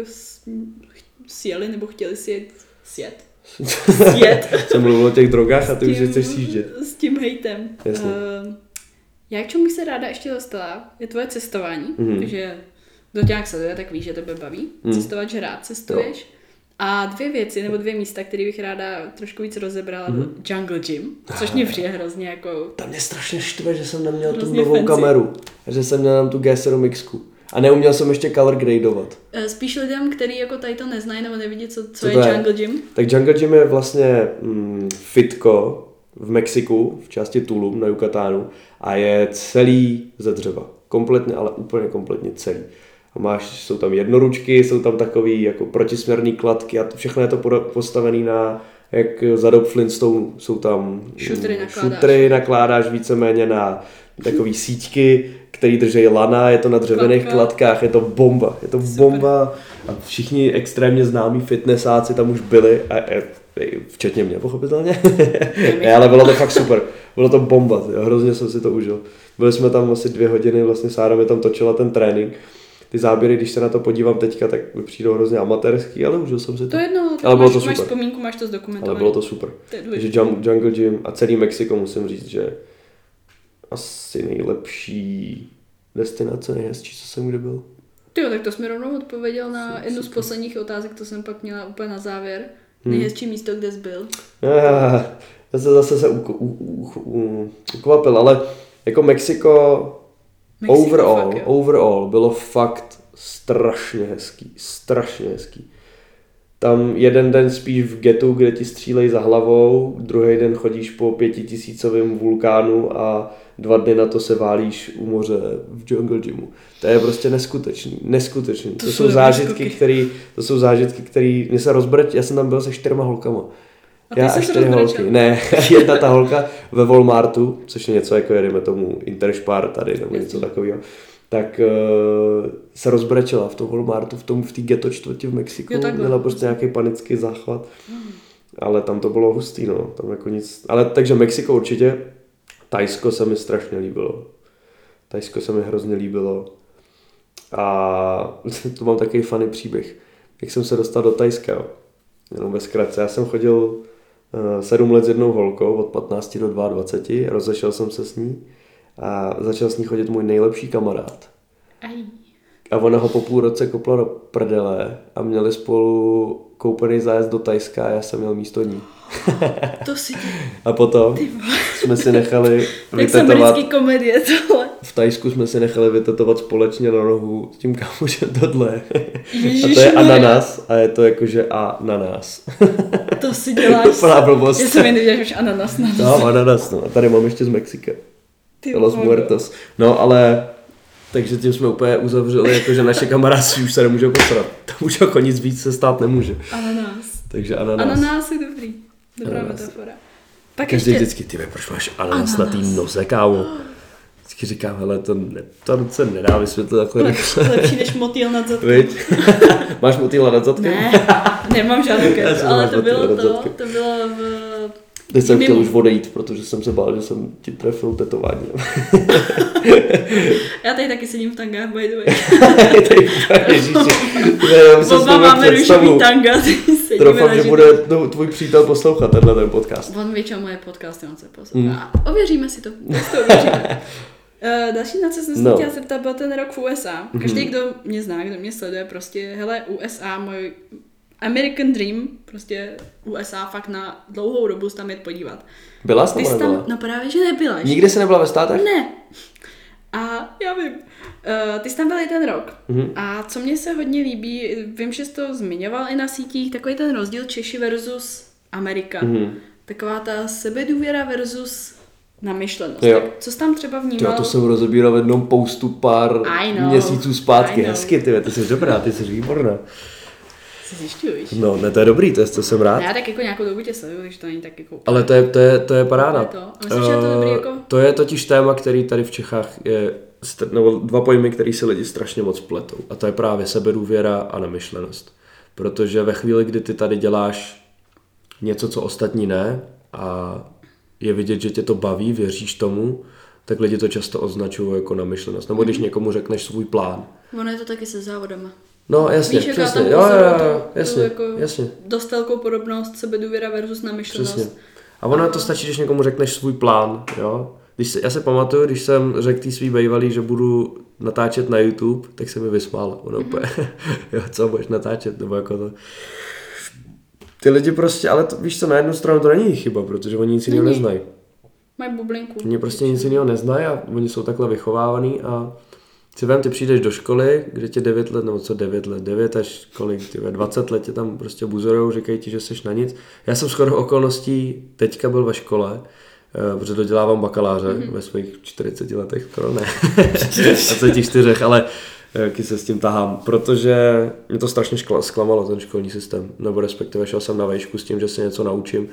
sjeli nebo chtěli sjet. Sjet. Sjet. Jsem mluvil o těch drogách a ty tím, už chceš sjíždět. S tím hejtem. Jasně. Uh, já k čemu bych se ráda ještě dostala, je tvoje cestování, mm-hmm. takže kdo tě nějak sleduje, tak víš, že tebe baví mm. cestovat, že rád cestuješ. Jo. A dvě věci, nebo dvě místa, které bych ráda trošku víc rozebrala, mm-hmm. Jungle Gym, což mě přijde hrozně jako... Tam mě strašně štve, že jsem neměl tu novou fancy. kameru, že jsem měl tam tu G sedm X-ku. A neuměl jsem ještě color gradeovat. Spíš lidem, kteří jako tady to neznají nebo nevidí, co, co, co je, je Jungle Gym. Tak Jungle Gym je vlastně mm, fitko v Mexiku, v části Tulum na Yucatánu a je celý ze dřeva. Kompletně, ale úplně kompletně celý. A máš, jsou tam jednoručky, jsou tam takový jako protisměrný kladky a to všechno je to postavený na, jak za dob Flintstone, jsou tam šutry nakládáš. šutry, nakládáš víceméně na takový síťky, který drží lana, je to na dřevěných Kladka. kladkách, je to bomba, je to Super. bomba a všichni extrémně známí fitnessáci tam už byli, a, a, včetně mě pochopitelně, ne, ale bylo to fakt super, bylo to bomba, jo, hrozně jsem si to užil. Byli jsme tam asi dvě hodiny, vlastně Sára mi tam točila ten trénink, ty záběry, když se na to podívám teďka, tak mi přijdou hrozně amatérský, ale užil jsem si to. To jedno, ale máš, bylo to máš super. vzpomínku, máš to zdokumentované. Ale bylo to super. Takže Jungle Gym a celý Mexiko musím říct, že asi nejlepší destinace, nejhezčí, co jsem kdy byl. Tyjo, tak to jsi mi rovnou odpověděl na jsem jednu z posledních otázek, to jsem pak měla úplně na závěr. Hmm. Nejhezčí místo, kde jsi byl? Ah, já se zase se ukvapil, ale jako Mexiko, Mexiko overall, fakt, overall bylo fakt strašně hezký, strašně hezký. Tam jeden den spíš v getu, kde ti střílej za hlavou, druhý den chodíš po pětitisícovém vulkánu a dva dny na to se válíš u moře v Jungle Gymu. To je prostě neskutečný, neskutečný. To, to jsou zážitky, které, to jsou zážitky, které mě se rozbrč, já jsem tam byl se čtyřma holkama. A ty já jsi a čtyři holky. Ne, jedna ta holka ve Walmartu, což je něco jako jedeme tomu Interspar tady nebo něco takového. Tak uh, se rozbrečela v tom Walmartu, v tom v té ghetto čtvrti v Mexiku, jo, měla prostě nějaký panický záchvat, hmm. ale tam to bylo hustý, no, tam jako nic, ale takže Mexiko určitě, Thajsko se mi strašně líbilo, Thajsko se mi hrozně líbilo a to mám takový funny příběh, jak jsem se dostal do Thajska, jo. Jenom ve zkratce, já jsem chodil uh, sedm let s jednou holkou, od patnácti do dvaceti dva, rozešel jsem se s ní, a začal s ní chodit můj nejlepší kamarád. Aj. A ona ho po půl roce kopla do prdele a měli spolu koupený zájezd do Thajska a já jsem měl místo ní. To si... A potom jsme si nechali vytetovat... komedie tohle. V Thajsku jsme si nechali vytetovat společně na nohu s tím kamošem tohle. Ježiš, a to je ananas a je to jakože a na nás. To si děláš. Plná blbost. Já jsem jen nevěděl, že už ananas na nás. No, ananas, no. A tady mám ještě z Mexika. Los Muertos. No, ale takže tím jsme úplně uzavřeli, jakože naše kamarádství už se nemůžou posrat. Tam už jako nic víc se stát nemůže. Ananas. Takže ananas. Ananas je dobrý. Dobrá ananas. Metafora. Pak každý ještě... vždycky, ty proč máš ananas, ananas na tý noze, kámo? Vždycky říkám, hele, to, ne, to se nedá vysvětlit takhle. Lep, lepší než motýl nad zadkem. Víď? Máš motýla nad zadkem? Ne, nemám žádnou kec, ale to bylo to, to bylo v... Teď jsem chtěl už odejít, protože jsem se bál, že jsem ti trefil tetování. Já tady taky sedím v tangách, by the way. Oba máme rušový tanga. Doufám, že bude tvůj přítel poslouchat tenhle ten podcast. On většinou moje podcasty, on se poslouchá. Mm. Ověříme si to. to ověříme. Uh, další, na co jsem se no. chtěla zeptat, byl ten rok v U S A. Každý, mm-hmm. kdo mě zná, kdo mě sleduje, prostě, hele, U S A, můj American Dream, prostě U S A fakt na dlouhou dobu se tam jet podívat. Byla jsi Ty tam jsi nebyla? tam, no právě, že nebyla. Nikdy jsi nebyla ve státech? Ne. A já vím, uh, ty jsi tam byl i ten rok. Mhm. A co mně se hodně líbí, vím, že jsi to zmiňoval i na sítích, takový ten rozdíl Češi versus Amerika. Mhm. Taková ta sebedůvěra versus namyšlenost. Jo. Tak co jsi tam třeba vnímal? Jo, to jsem rozebíral v jednom postu pár I know, měsíců zpátky. I know. Hezky, ty, ty jsi dobrá, ty jsi výborná. Si zjišťuješ. No, ne, to je dobrý, to, je, to jsem rád. Já tak jako nějakou dobu tě sleduju, když to není tak jako... Ale to je, to je, to je paráda. To je to. A myslím, že je to dobrý Eh, jako... to je totiž téma, který tady v Čechách je, str- nebo dva pojmy, který si lidi strašně moc pletou. A to je právě sebedůvěra a namyšlenost. Protože ve chvíli, kdy ty tady děláš něco, co ostatní ne, a je vidět, že tě to baví, věříš tomu, tak lidi to často označují jako namyšlenost. Nebo když někomu řekneš svůj plán. Ono je to taky se závodama. No jasně, Víš, jako já přesně, tam jo, jo, pozoruju jo, tu- jasně, tu jako jasně. dost velkou podobnost sebedůvěra versus namyšlenost. Přesně. A ono to stačí, když někomu řekneš svůj plán, jo. Když se, já se pamatuju, když jsem řekl tý svý bývalý, že budu natáčet na YouTube, tak se mi vysmála. Ono mm-hmm. úplně, jo, co budeš natáčet, nebo jako to. Ty lidi prostě, ale to, víš co, na jednu stranu to není jejich chyba, protože oni nic jiného neznají. Mají bublinku. Oni prostě nic jiného neznají a oni jsou takhle vychovávaný a si vem, ty přijdeš do školy, kde tě devět let, nebo co devět let, devět až kolik, ty dvacet let tě tam prostě buzerujou, říkají ti, že seš na nic. Já jsem shodou okolností teďka byl ve škole, protože dodělávám bakaláře mm-hmm. ve svých čtyřiceti letech, skoro ne, dvaceti čtyřech, ale jaký se s tím tahám, protože mě to strašně škla, zklamalo, ten školní systém, nebo respektive šel jsem na vejšku s tím, že se něco naučím.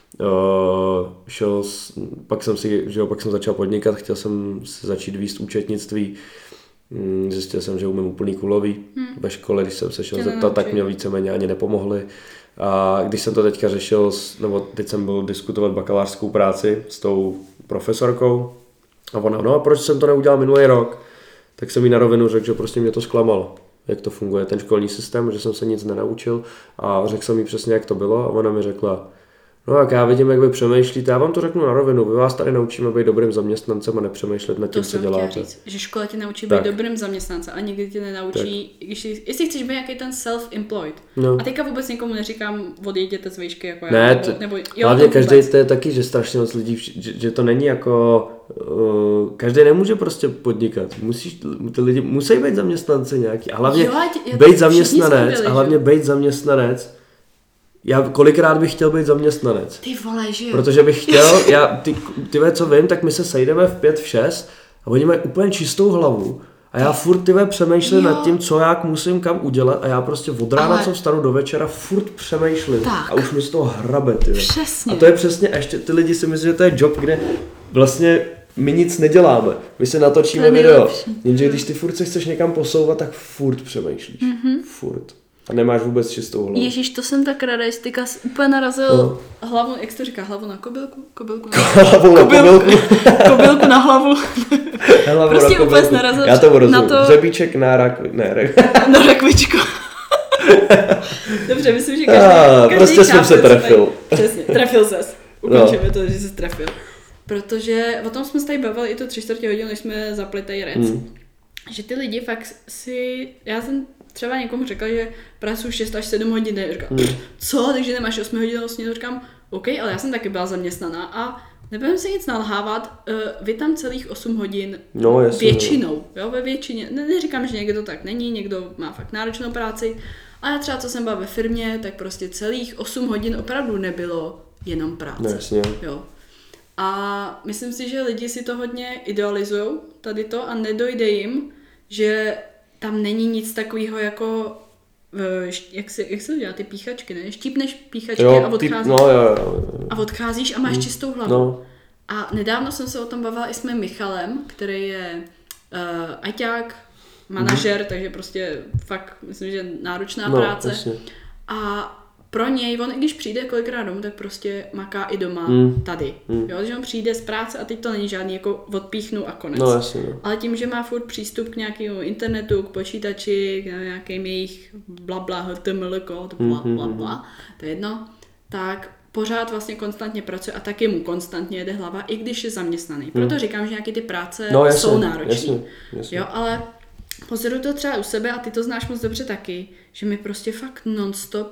Uh, šel, pak jsem si, že jo, pak jsem začal podnikat, chtěl jsem se začít víc účetnictví. Zjistil jsem, že umím úplný kulový. Hmm. Ve škole, když jsem se šel zeptat, tak mě víceméně ani nepomohli. A když jsem to teďka řešil, nebo teď jsem byl diskutovat bakalářskou práci s tou profesorkou a ona, no a proč jsem to neudělal minulý rok? Tak jsem jí na rovinu řekl, že prostě mě to zklamalo, jak to funguje, ten školní systém, že jsem se nic nenaučil a řekl jsem jí přesně, jak to bylo a ona mi řekla, no jak já vidím, jak vy přemýšlíte, já vám to řeknu na rovinu, my vás tady naučíme být dobrým zaměstnancem a nepřemýšlet nad tím, to co děláte. Říct, že škola tě naučí tak. být dobrým zaměstnancem a nikdy tě nenaučí, když, jestli chceš být nějaký ten self-employed. No. A teďka vůbec někomu neříkám, odejděte z výšky jako ne, já. T- nebo, jo, hlavně každý, vůbec. to je taky, že strašně moc lidí, že, že to není jako, uh, každý nemůže prostě podnikat, musíš, ty lidi musí být zaměstnanci nějaký a hlavně jo, tě, být zaměstnanec byli, a hlavně být zaměstnanec. Já kolikrát bych chtěl být zaměstnanec. Ty vole, že jo. Protože bych chtěl, já, ty, ty ve, co vím, tak my se sejdeme v pět, v šest a oni mají úplně čistou hlavu. A já furt ty ve přemýšlím nad tím, co jak musím kam udělat a já prostě od rána, ale... co vstanu do večera, furt přemýšlím. Tak. A už mi z toho hrabe, ty. Přesně. A to je přesně, a ještě ty lidi si myslí, že to je job, kde vlastně my nic neděláme. My si natočíme video. Jenže když ty furt se chceš někam posouvat, tak furt přemýšlíš. Mm-hmm. Furt. A nemáš vůbec čistou hlavu. Ježíš, to jsem tak ráda, jestli teďka úplně narazil no. hlavu, jak se to říká, hlavu na kobylku? Kobylku na hlavu. Na kobylku. Kobylku na hlavu. Hlavu prostě na úplně narazil Já to na to... Hřebíček na rak... Ne, rak... na rakvičku. Dobře, myslím, že každý, ah, každý prostě jsem se trefil. Tady, přesně, trefil ses. Ukončíme no. to, že jsi trefil. Protože o tom jsme se tady bavili i to tři čtvrtě hodin, než jsme zapli tady rec. Hmm. Že ty lidi fakt si... Já jsem třeba někomu řekla, že pracuji šest až sedm hodin, ne? Říkám, hmm. co, takže nemáš osm hodin, vlastně to říkám, OK, ale já jsem taky byla zaměstnaná a nebudeme se nic nalhávat, uh, vy tam celých osm hodin no, jasně, většinou, jo, ve většině, ne, neříkám, že někdo tak není, někdo má fakt náročnou práci, a já třeba, co jsem byla ve firmě, tak prostě celých osm hodin opravdu nebylo jenom práce, jasně. Jo. A myslím si, že lidi si to hodně idealizují, tady to, a nedojde jim, že tam není nic takového jako, jak se, jak se dělá ty píchačky, ne? Štípneš píchačky jo, a odcházíš. Ty, no, jo, jo. A odcházíš a máš čistou hlavu. No. A nedávno jsem se o tom bavila i s mým Michalem, který je uh, ajťák, manažer, mm. takže prostě fakt, myslím, že náročná no, práce. Jasně. A pro něj, on i když přijde kolikrát domů, tak prostě maká i doma mm. tady. Mm. Jo, že on přijde z práce a teď to není žádný jako odpíchnu a konec. No, jasně, no. Ale tím, že má furt přístup k nějakému internetu, k počítači, k nějakým jejich blabla, html kód, bla, bla, bla, to je jedno, tak pořád vlastně konstantně pracuje a taky mu konstantně jede hlava, i když je zaměstnaný. Proto říkám, že nějaké ty práce no, jasně, jsou náročné. Jasně, jasně. Jo, ale pozoruju to třeba u sebe a ty to znáš moc dobře taky, že my prostě fakt non-stop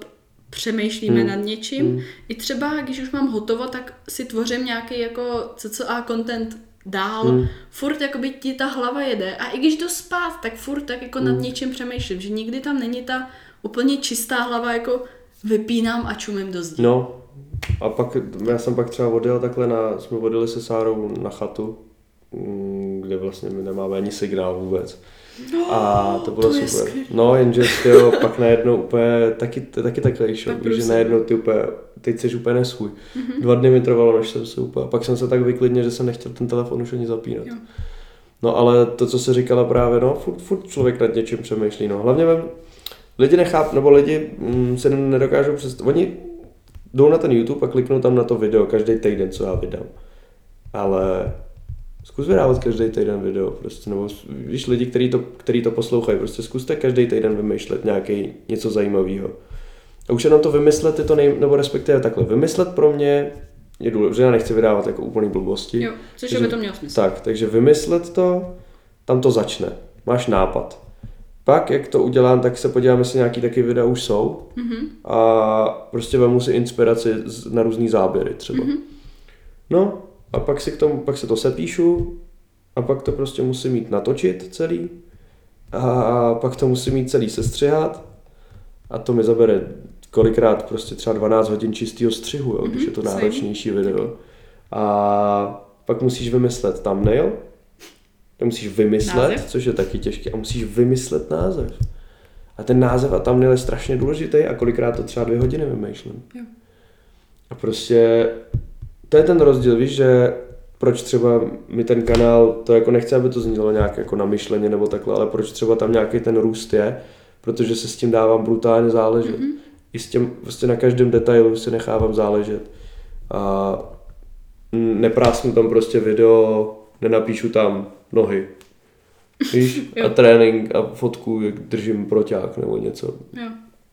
přemýšlíme hmm. nad něčím. Hmm. I třeba, když už mám hotovo, tak si tvořím nějaký jako cca content dál. Hmm. Furt jakoby ti ta hlava jede. A i když jdu spát, tak furt tak jako hmm. nad něčím přemýšlím. Že nikdy tam není ta úplně čistá hlava, jako vypínám a čumím do zdí. No. A pak, já jsem pak třeba odjel takhle na, jsme odjeli se Sárou na chatu, kde vlastně my nemáme ani signál vůbec. No, a to bylo to super. No, jenže tyjo, pak najednou úplně, taky, taky takhle šel, že najednou ty úplně, teď jsi úplně nesvůj. Mm-hmm. Dva dny mi trvalo, než jsem se úplně, pak jsem se tak vyklidnil, že jsem nechtěl ten telefon už ani zapínat. Jo. No ale to, co se říkala právě, no, furt, furt člověk nad něčím přemýšlí, no. Hlavně vem, lidi nechápou, nebo lidi mm, se nedokážou představit, oni jdou na ten YouTube a kliknou tam na to video každý týden, co já vydám. Ale zkus vydávat každý týden video, prostě, nebo víš, lidi, kteří to, který to poslouchají, prostě zkuste každý týden vymýšlet nějaký něco zajímavého. A už jenom to vymyslet je to nej, nebo respektive takhle, vymyslet pro mě je důležité, že já nechci vydávat jako úplný blbosti. Jo, což takže, by to mělo smysl. Tak, takže vymyslet to, tam to začne, máš nápad. Pak, jak to udělám, tak se podívám, jestli nějaký taky videa už jsou mm-hmm. a prostě vemu si inspiraci na různý záběry třeba. Mm-hmm. No a pak si k tomu, pak se to sepíšu a pak to prostě musím mít natočit celý a pak to musím mít celý sestřihat a to mi zabere kolikrát prostě třeba dvanáct hodin čistého střihu, jo, mm-hmm. když je to náročnější video. A pak musíš vymyslet thumbnail, musíš vymyslet, název? Což je taky těžké, a musíš vymyslet název. A ten název a thumbnail je strašně důležitý a kolikrát to třeba dvě hodiny vymýšlím. Jo. A prostě to je ten rozdíl, víš, že proč třeba mi ten kanál, to jako nechci, aby to znělo nějak jako namyšleně nebo takhle, ale proč třeba tam nějaký ten růst je, protože se s tím dávám brutálně záležet. Mm-hmm. I s tím, prostě na každém detailu si nechávám záležet. A neprásnu tam prostě video, nenapíšu tam nohy. Víš? A trénink a fotku, jak držím proťák nebo něco. Jo.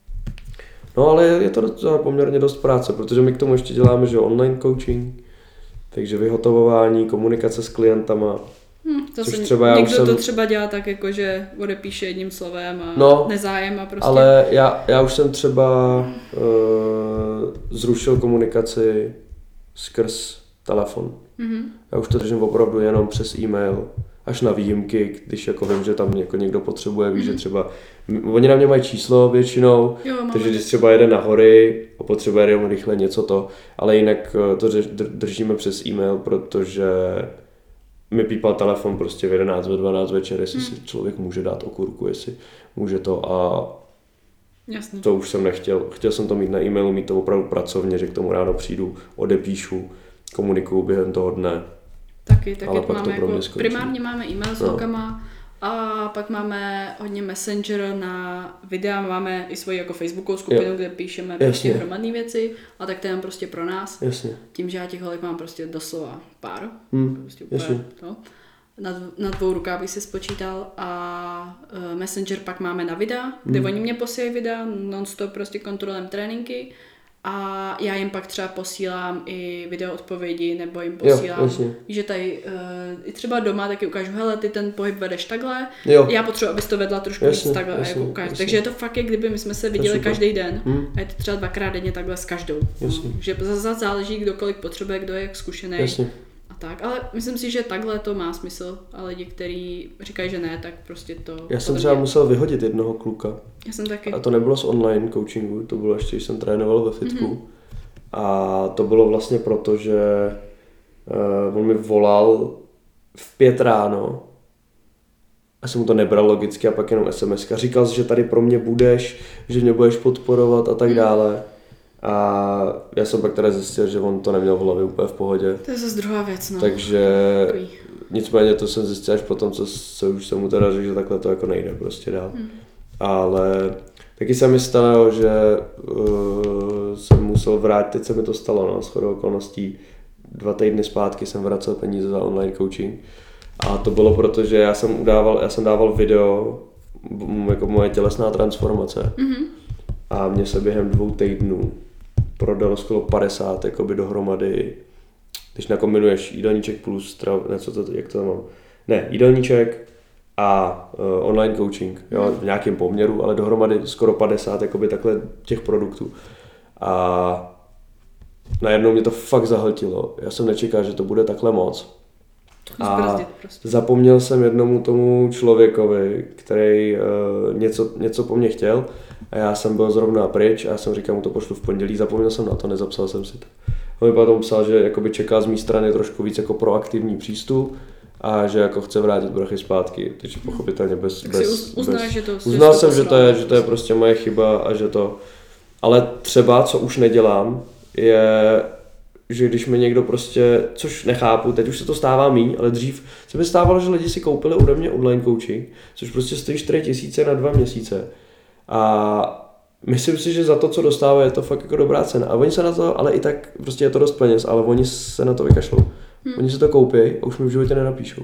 No ale je to poměrně dost práce, protože my k tomu ještě děláme, že online coaching, takže vyhotovování, komunikace s klientama. Hmm, to což třeba já někdo už jsem... to třeba dělá tak, jako že odepíše jedním slovem a no, nezájem a prostě... ale já, já už jsem třeba uh, zrušil komunikaci skrz telefon. Mm-hmm. Já už to držím opravdu jenom přes e-mail, až na výjimky, když jako vím, že tam jako někdo potřebuje, víš, mm-hmm. že třeba, oni na mě mají číslo většinou, jo, takže když třeba jede na hory a potřebuje jenom rychle něco to, ale jinak to držíme přes e-mail, protože mi pípal telefon prostě v jedenáct, ve dvanáct večer, jestli mm. si člověk může dát okurku, jestli může to a jasně. To už jsem nechtěl. Chtěl jsem to mít na e-mailu, mít to opravdu pracovně, že k tomu ráno přijdu, odepíšu, komunikuju během toho dne. Taky, taky to máme jako, primárně máme e-mail s holkama a pak máme hodně messenger na videa, máme i svoji jako facebookovou skupinu, jo. kde píšeme prostě hromadné věci a tak to je prostě pro nás. Jasně. Tím, že já těch holek mám prostě doslova pár, hmm. prostě úplně to. Na, na dvou rukách bych si spočítal a uh, messenger pak máme na videa, kde hmm. oni mě posílají videa, non-stop prostě kontrolem tréninky a já jim pak třeba posílám i video odpovědi nebo jim posílám, jo, že tady uh, i třeba doma taky ukážu, hele, ty ten pohyb vedeš takhle, jo. já potřebuji, abys to vedla trošku jasně, víc takhle jasně, a jako ukážu. Takže je to fakt, jak kdyby my jsme se viděli každý den hmm. a je to třeba dvakrát denně takhle s každou. Jasně. Že zase záleží, kdo kolik potřebuje, kdo je jak zkušený. Jasně. Tak, ale myslím si, že takhle to má smysl, a lidi, kteří říkají, že ne, tak prostě to... Já jsem třeba mě... musel vyhodit jednoho kluka. Já jsem taky. A to nebylo z online coachingu, to bylo ještě, když jsem trénoval ve fitku. Mm-hmm. A to bylo vlastně proto, že uh, on mi volal v pět ráno a jsem mu to nebral logicky a pak jenom es em eska. Říkal jsi, že tady pro mě budeš, že mě budeš podporovat a tak dále. A já jsem pak teda zjistil, že on to neměl v hlavě úplně v pohodě. To je zase druhá věc, no. Takže nicméně to jsem zjistil až potom, co, co už jsem mu teda řekl, že takhle to jako nejde prostě dál. Hmm. Ale taky se mi stalo, že uh, jsem musel vrátit, teď se mi to stalo, no, shodou okolností. Dva týdny zpátky jsem vracel peníze za online coaching. A to bylo proto, že já jsem udával, já jsem dával video, jako moje tělesná transformace. Mm-hmm. A mně se během dvou týdnů prodalo skoro padesát jakoby dohromady, když nakombinuješ jídelníček plus, trav, ne, co to, jak to mám, ne, jídelníček a uh, online coaching, jo, v nějakém poměru, ale dohromady skoro padesát jakoby takhle těch produktů. A najednou mě to fakt zahltilo. Já jsem nečekal, že to bude takhle moc. A prostě. Zapomněl jsem jednomu tomu člověkovi, který uh, něco, něco po mně chtěl a já jsem byl zrovna pryč a já jsem říkal, mu to pošlu v pondělí, zapomněl jsem na to, nezapsal jsem si to. On mi potom psal, že jakoby čeká z mé strany trošku víc jako proaktivní přístup a že jako chce vrátit brachy zpátky, takže pochopitelně bez... Tak bez, si uznáš, bez, že to... Uznal jsem, že to, je, že to je prostě moje chyba a že to... Ale třeba, co už nedělám, je... že když mi někdo prostě, což nechápu, teď už se to stává míň, ale dřív se mi stávalo, že lidi si koupili ode mě online coaching, což prostě stojí čtyři tisíce na dva měsíce. A myslím si, že za to, co dostávají, je to fakt jako dobrá cena. A oni se na to, ale i tak prostě je to dost peněz, ale oni se na to vykašlou. Hmm. Oni se to koupí a už mi v životě nenapíšou.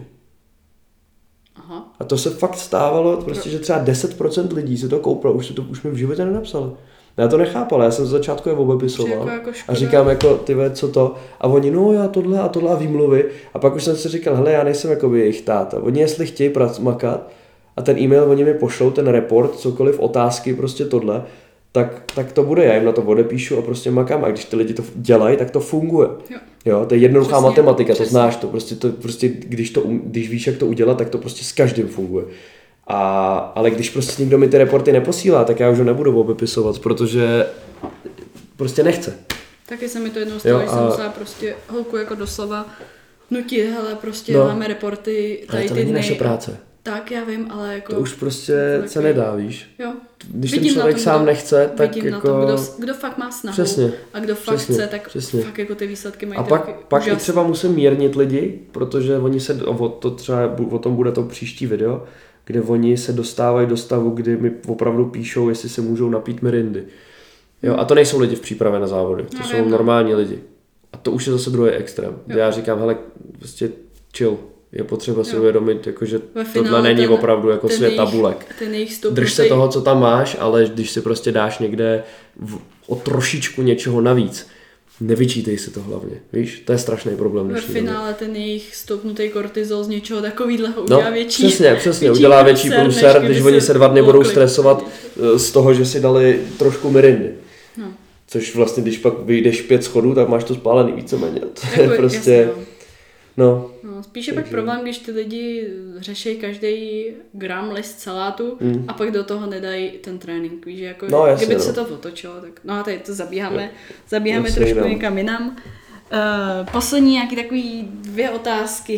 Aha. A to se fakt stávalo, prostě, že třeba deset procent lidí si to koupilo, už, to, už mi v životě nenapsali. Já to nechápal, já jsem z začátku je obepisoval jako, jako a říkám jako, ty ve, co to? A oni, no já tohle a tohle a výmluvy. A pak už jsem si říkal, hele, já nejsem jako jejich táta. Oni jestli chtějí prac, makat a ten e-mail oni mi pošlou, ten report, cokoliv, otázky, prostě tohle, tak, tak to bude, já jim na to odepíšu a prostě makám. A když ty lidi to dělají, tak to funguje. Jo. Jo, to je jednoduchá přesně, matematika, přesně. To znáš to. Prostě, to, prostě když, to, když víš, jak to udělat, tak to prostě s každým funguje. A, ale když prostě někdo mi ty reporty neposílá, tak já už ho nebudu obepisovat, protože prostě nechce. Taky se mi to jednou stalo, že jsem musela prostě holku jako doslova nutit, hele, prostě no, máme reporty tady to ty není dny. naše práce. Tak, já vím, ale jako... To už prostě se nedá, víš? Jo. Když vidím ten člověk tom, sám kdo, nechce, tak vidím jako... na to, kdo, kdo fakt má snahu přesně, a kdo fakt přesně, chce, tak přesně. fakt jako ty výsledky mají. A pak, pak i třeba musím mírnit lidi, protože oni se, o, to třeba, o tom bude to příští video, kde oni se dostávají do stavu, kdy mi opravdu píšou, jestli se můžou napít mirindy. Jo, a to nejsou lidi v přípravě na závody, to já jsou vím, normální lidi. A to už je zase druhý extrém. Jo. Já říkám, hele, prostě chill. Je potřeba si jo. uvědomit, jako, že finále tohle není ten, opravdu jako svět jejich, tabulek. Drž se toho, co tam máš, ale když si prostě dáš někde v, o trošičku něčeho navíc, nevyčítej si to hlavně. Víš, to je strašný problém. Ve finále doby. Ten jejich stoupnutý kortizol z něčeho takovýhleho no, udělá větší. Přesně, přesně. Větší udělá větší průser, když oni se dva dny budou stresovat z toho, že si dali trošku mirindy. No. Což vlastně, když pak vyjdeš pět schodů, tak máš to spálený víceméně. To je prostě... Jasně, no. No, spíš je pak problém, když ty lidi řeší každý gram list salátu mm. a pak do toho nedají ten trénink. Víš, jako, no, jasně, kdyby no. se to otočilo, tak no a tady to zabíháme, zabíháme jasně, trošku no. někam jinam. Uh, poslední nějaký takový dvě otázky.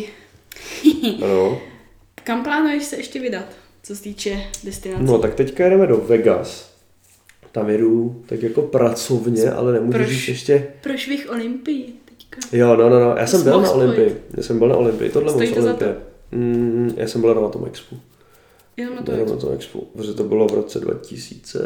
Ano. Kam plánuješ se ještě vydat, co se týče destinací? No tak teďka jdeme do Vegas. Tam jedu tak jako pracovně, ale nemůžu říct ještě... Pro švih Olympii. Jo, no, no, no, já jsem byl na Olympii, já jsem byl na Olympii, tohle Stojí moc Olympie. Mm, já jsem byl na tom expu. Jenom na tom expu. expu. Na tom expu, protože to bylo v roce dva tisíce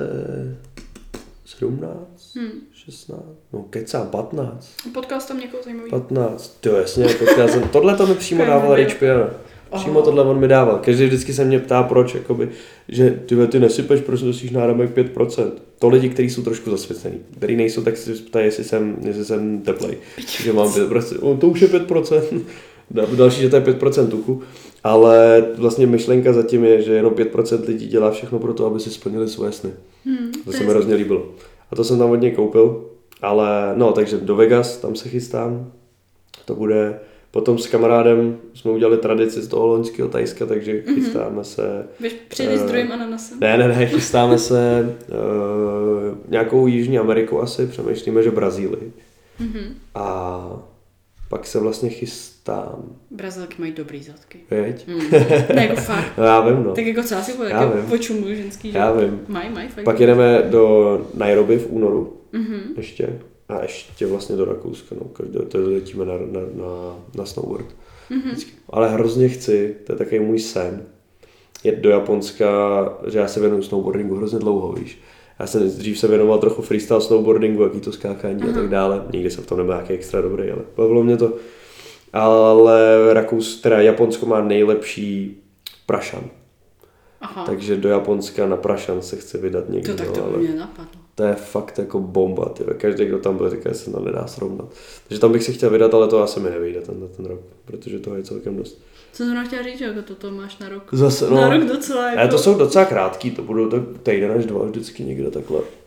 sedmnáct, hmm. šestnáct, no kecám, patnáct. Potkal jsi tam někoho zajímavý? patnáct, to jasně, potkal jsem, tohle to mi přímo dával Rich Piana. Přímo oh. tohle on mi dával. Každý vždycky se mě ptá, proč, jakoby, že ty, ty nesypeš, proč nosíš náramek pět procent. To lidi, kteří jsou trošku zasvěcený, kteří nejsou, tak si ptají, jestli jsem, jestli jsem teplej. Že mám pět procent. O, to už je pět procent. Další, že to je pět procent tuku. Ale vlastně myšlenka zatím je, že jenom pět procent lidí dělá všechno pro to, aby si splnili svoje sny. Hmm, to, to se mi hrozně líbilo. A to jsem tam hodně koupil. Ale no, takže do Vegas, tam se chystám. To bude... Potom s kamarádem jsme udělali tradici z toho loňského Tajska, takže mm-hmm. chystáme se... Víš, přijeli uh, s druhým ananasem. Ne, ne, ne, chystáme se uh, nějakou Jižní Ameriku asi, přemýšlíme, že Brazílii. Mm-hmm. A pak se vlastně chystám. Brazilky mají dobrý zadky. Věď? Mm. Ne, jako fakt. No, já vím, no. Tak jako co asi bude, jako počumuju ženský, že? Já vím. Mají, mají fakt. Pak jedeme do Nairobi v únoru. Mm-hmm. Ještě. A ještě vlastně do Rakouska, no, každý, to letíme na, na, na, na snowboard. Mm-hmm. Ale hrozně chci, to je takový můj sen, jet do Japonska, že já se věnuju snowboardingu hrozně dlouho, víš. Já jsem dřív se věnoval trochu freestyle snowboardingu, jaký to skákání Aha. a tak dále. Nikdy jsem v tom nebyl nějaký extra dobrý, ale bavilo mě to. Ale Rakous, teda Japonsko má nejlepší prašan. Aha. Takže do Japonska na prašan se chce vydat někdy. To tak to by mě napadlo. To je fakt jako bomba, tyve. Každý, kdo tam byl, říká, že se to nedá srovnat. Takže tam bych se chtěl vydat, ale to asi mi nevyjde ten, ten rok, protože toho je celkem dost. Co jsem chtěla říct, že jako toto máš na rok? Zase, no, na rok docela jako... Ale to jsou docela krátký, to budou tak týden až dva vždycky někde takhle.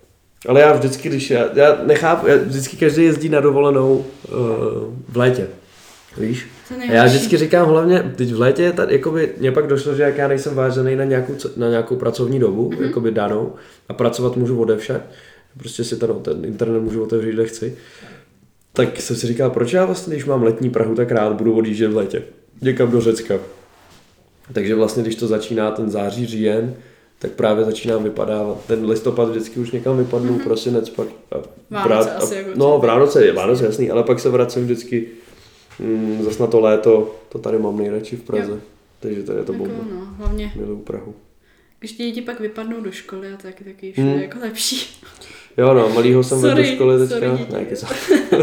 Ale já vždycky, když já, já nechápu, já vždycky každý jezdí na dovolenou uh, v létě, víš? A já vždycky říkám hlavně, teď v létě, tady, jakoby, mě pak došlo, že jak já nejsem vážený na nějakou, na nějakou pracovní dobu, mm-hmm. jakoby danou, a pracovat můžu odevšad, prostě si ten, ten internet můžu otevřít, kde chci, tak jsem si říkal, proč já vlastně, když mám letní Prahu, tak rád budu odjíždět v létě, někam do Řecka. Takže vlastně, když to začíná ten září, říjen, tak právě začínám vypadávat. Ten listopad vždycky už někam vypadnu, mm-hmm. prosinec pak. A Vánoce vrát, asi a, jako no, Vánoce je Vánoce, jasný, ale pak se vracím vždycky mm, zas na to léto, to tady mám nejradši v Praze. Jo. Takže to je to jako, bomba. No, hlavně. Miluju Prahu. Když ti děti pak vypadnou do školy a taky taky všude hmm. jako lepší. Jo no, malýho jsem vedl do školy teďka. Sorry, děti. Ne, keca.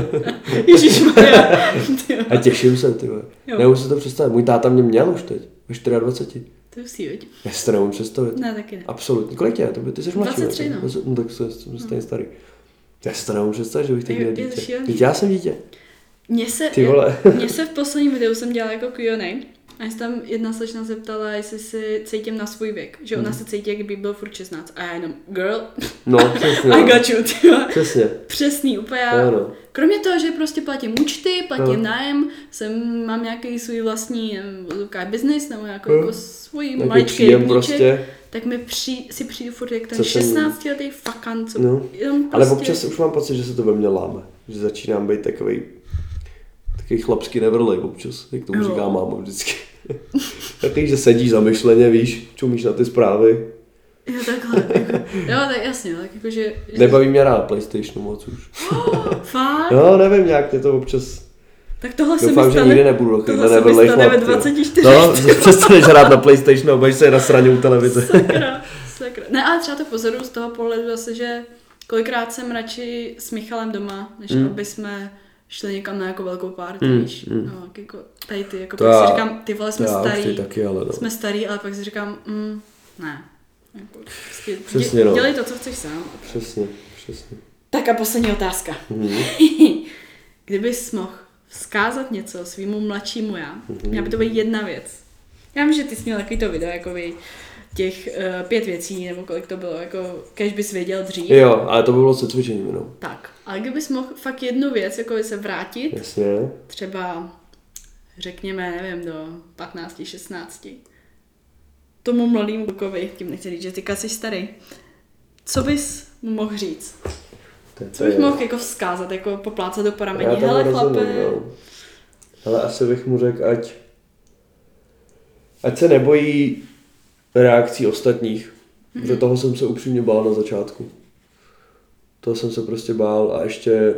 Ježišmarja. A těším se, ty vole. Neumím si to představit. Můj táta mě měl už teď, ve dvacet čtyři. To musí, veď. Já si to neumím představit. Ne, taky ne. Absolutně. Kolik tě? To by, ty jsi mladší. dvacet tři, no. No tak jsem stejně starý. Já si to neumím představit, že bych teď měl dítě. Teď já jsem dítě. Mně se, Ty vole. Mně se v posledním videu jsem dělala jako Q and A a se tam jedna slečna zeptala, jestli si cítím na svůj věk. Že ona mm. se cítí, jak by byl furt šestnáct. A já jenom, girl, no, přesně, I got you, tyhle. Přesně. Přesný, úplně. No, no. Kromě toho, že prostě platím účty, platím no. nájem, jsem, mám nějaký svůj vlastní business, nebo nějaký no. jako svůj maličký rybníček, prostě. Tak mi při, si přijdu furt jak ten šestnáctiletý fakan, co no. jenom prostě... Ale občas už mám pocit, že se to ve mně láme. Že začínám být takovej takový chlapský nevrlej občas, jak tomu říká máma vždycky. Takový, že sedíš zamyšleně, víš, čumíš na ty zprávy. Jo, takhle, jako, jo, tak jasně, tak jakože... Nebaví mě rád PlayStationu moc už. Oh, fakt? No, nevím, nějak mě to občas... Tak tohle se mi stane... Doufám, že nikdy nebudu tohle se mi stane ve dvaceti čtyřech. No, přestaneš hrát na PlayStationu, budeš se na straně u televize. Sakra, sakra. Ne, ale třeba to pozoruju z toho pohledu zase, že kolikrát jsem radši s Michalem doma, než mm. aby jsme šli někam na jako velkou party, mm, víš. Mm. No, jako tady ty, jako pak si říkám, ty vole, jsme starý, taky, ale no. jsme starý, ale pak si říkám, mm, ne. Jako, prostě, přesně, dě, no. Dělej to, co chceš sám. Přesně, přesně. Tak a poslední otázka. Mm-hmm. Kdybys mohl vzkázat něco svýmu mladšímu já, mm-hmm. měla by to být jedna věc. Já vím, že ty jsi měl takový to video, jako by těch uh, pět věcí, nebo kolik to bylo, jako kež bys věděl dřív. Jo, ale to by bylo se cvičením jenom. Tak, ale kdybys mohl fakt jednu věc, jako by se vrátit, jasně. Třeba, řekněme, nevím, do patnácti, šestnácti, tomu mladým klukovi, tím nechci říct, že ty jsi starý, co bys mu mohl říct? To co bys mohl jako vzkázat, jako poplácat do paramení? Hele, chlape. No. Ale asi bych mu řekl, ať, ať se nebojí reakcí ostatních. Mm-hmm. Protože toho jsem se upřímně bál na začátku. Toho jsem se prostě bál a ještě...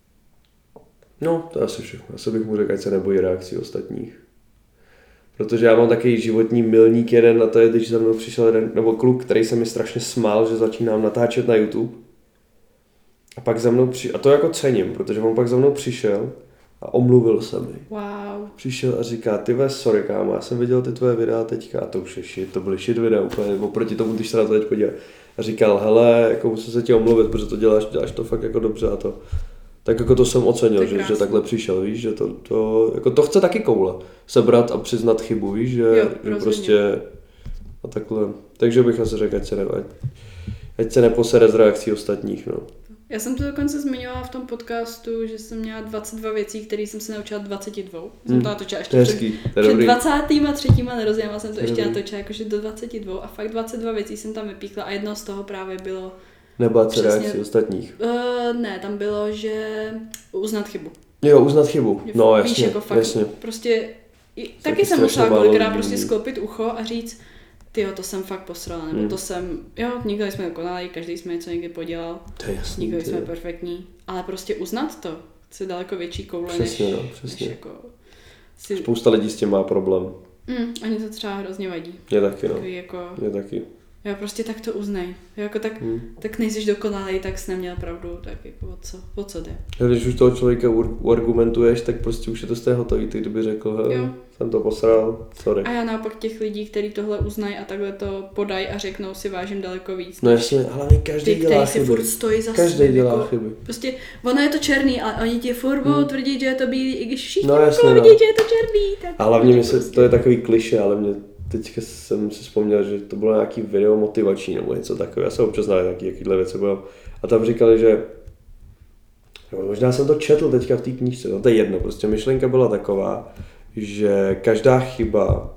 No, to je asi všechno. Asi bych mu řekl, ať se nebojí reakcí ostatních. Protože já mám takový životní milník jeden, a to je, když za mnou přišel jeden, nebo kluk, který se mi strašně smál, že začínám natáčet na YouTube. A pak za mnou přišel, a to jako cením, protože on pak za mnou přišel a omluvil se mi. Wow. Přišel a říká, ty ve, sorry kámo, já jsem viděl ty tvoje videa teďka, a to už je shit, to byly shit videa úplně, oproti tomu, když se na to teď podíval. A říkal, hele, jako musím se tě omluvit, protože to děláš, děláš to fakt jako dobře a to. Tak jako to jsem ocenil, že, že takhle přišel, víš, že to, to, jako to chce taky koule, sebrat a přiznat chybu, víš, že, jo, že prostě a takhle, takže bych asi řekl, ať se, ne, ať, ať se neposere z reakcí ostatních, no. Já jsem to dokonce zmiňovala v tom podcastu, že jsem měla dvacet dva věcí, které jsem se naučila dvacet dva. Jsem hmm. to natočila ještě před, před dvacátým třetím narozeninama jsem to ještě natočila, jakože do dvacet dva a fakt dvacet dva věcí jsem tam vypíchla a jedno z toho právě bylo nebát se reakcí ostatních. Uh, ne, tam bylo, že uznat chybu. Jo, uznat chybu, že no jasně, víš, jako fakt, jasně. Prostě, i, taky jsem musela kolikrát prostě sklopit ucho a říct, tyjo, to jsem fakt posrala, nebo hmm. to jsem, jo, nikdy jsme dokonali, každý jsme něco někdy podělal, to je jasný, nikdy jsme perfektní, ale prostě uznat to, chce daleko větší koule, přesně, než, no, přesně. než jako... Si... Spousta lidí s tím má problém. Mm, oni to třeba hrozně vadí. Mě taky, no. Takový jako... Mě taky. Jo, prostě tak to uznej. Jako tak, hmm. tak nejsiš dokonalý, tak jsi neměl pravdu, tak jako o co, o co jde. Když už toho člověka uargumentuješ, tak prostě už je to z té hotový, ty kdyby řekl, hej, jsem to posral, sorry. A já naopak těch lidí, kteří tohle uznají a takhle to podají a řeknou, si vážím daleko víc. No jasně, ale každý ty, dělá chyby. Si furt stojí za každý svým, dělá jako, chyby. Prostě ono je to černý, ale oni ti furt budou hmm. tvrdit, že je to bílý, i když všichni no, budou no. vidět, že je to černý. Tak a hlavně mi prostě. se, to je takový klišé, ale mě teďka jsem si vzpomněl, že to bylo nějaký video motivační nebo něco takového. Já jsem občas znal nějaký jakýhle věci bylo. A tam říkali, že jo, možná jsem to četl teďka v té knížce, no to je jedno, prostě myšlenka byla taková, že každá chyba,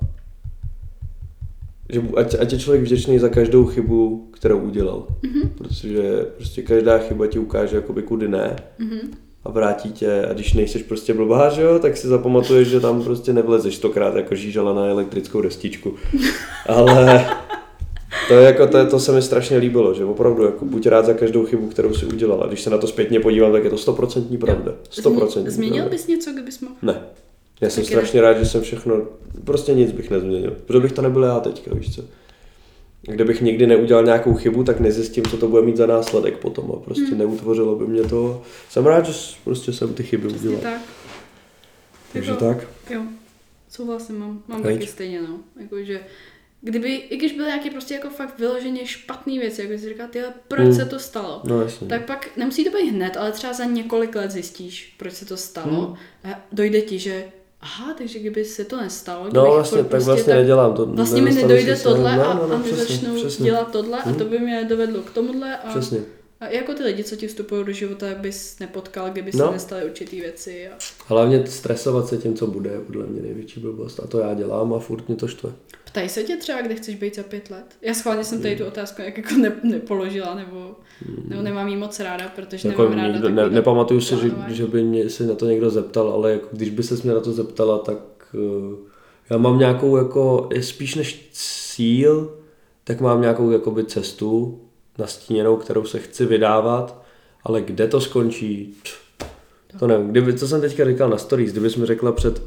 že ať, ať je člověk vděčný za každou chybu, kterou udělal. Mm-hmm. Protože prostě každá chyba ti ukáže jakoby kudy ne. Mm-hmm. A vrátí tě, a když nejseš prostě blbá, že jo, tak si zapamatuješ, že tam prostě nevlezeš stokrát jako žížala na elektrickou destičku. Ale to, je jako, to, to se mi strašně líbilo, že opravdu jako buď rád za každou chybu, kterou si udělal. A když se na to zpětně podívám, tak je to stoprocentní pravda. stoprocentní Změnil pravda. bys něco, kdybys mohl? Ne. Já jsem strašně rád, že jsem všechno, prostě nic bych nezměnil. Protože bych to nebyl já teďka, víš co. Kdybych nikdy neudělal nějakou chybu, tak nezjistím, co to bude mít za následek potom a prostě hmm. neutvořilo by mě to. Jsem rád, že prostě jsem ty chyby Přesně udělal. Tak. Takže jako, tak. Jo, souhlasím, mám, mám Hejď. taky stejně, no. Jakože, kdyby, i když byly nějaké prostě jako fakt vyloženě špatné věci, jako jsi říkal, tyhle, proč hmm. se to stalo, no, jasně. tak pak nemusí to být hned, ale třeba za několik let zjistíš, proč se to stalo hmm. a dojde ti, že aha, takže kdyby se to nestalo, no vlastně, tak prostě, vlastně tak nedělám to. Vlastně mi nedojde tohle no, a, no, no, a nezačnu přesně. dělat tohle hmm. a to by mě dovedlo k tomuhle a, Přesně. a jako ty lidi, co ti vstupují do života, bys nepotkal, kdyby se no. nestaly určitý věci. A... Hlavně stresovat se tím, co bude, je podle mě největší blbost a to já dělám a furt mě to štve. Ptají se tě třeba, kde chceš být za pět let? Já schválně jsem tady tu otázku jak jako ne, nepoložila, nebo, hmm. nebo nemám jí moc ráda, protože jako nemám ráda nikdo, ne, nepamatuju si, že, plánování. že by mě se na to někdo zeptal, ale jako, když by se mě na to zeptala, tak uh, já mám nějakou jako, spíš než cíl, tak mám nějakou jakoby cestu nastíněnou, kterou se chci vydávat, ale kde to skončí, to nevím. Kdyby, co jsem teďka říkal na stories, kdybys mi řekla před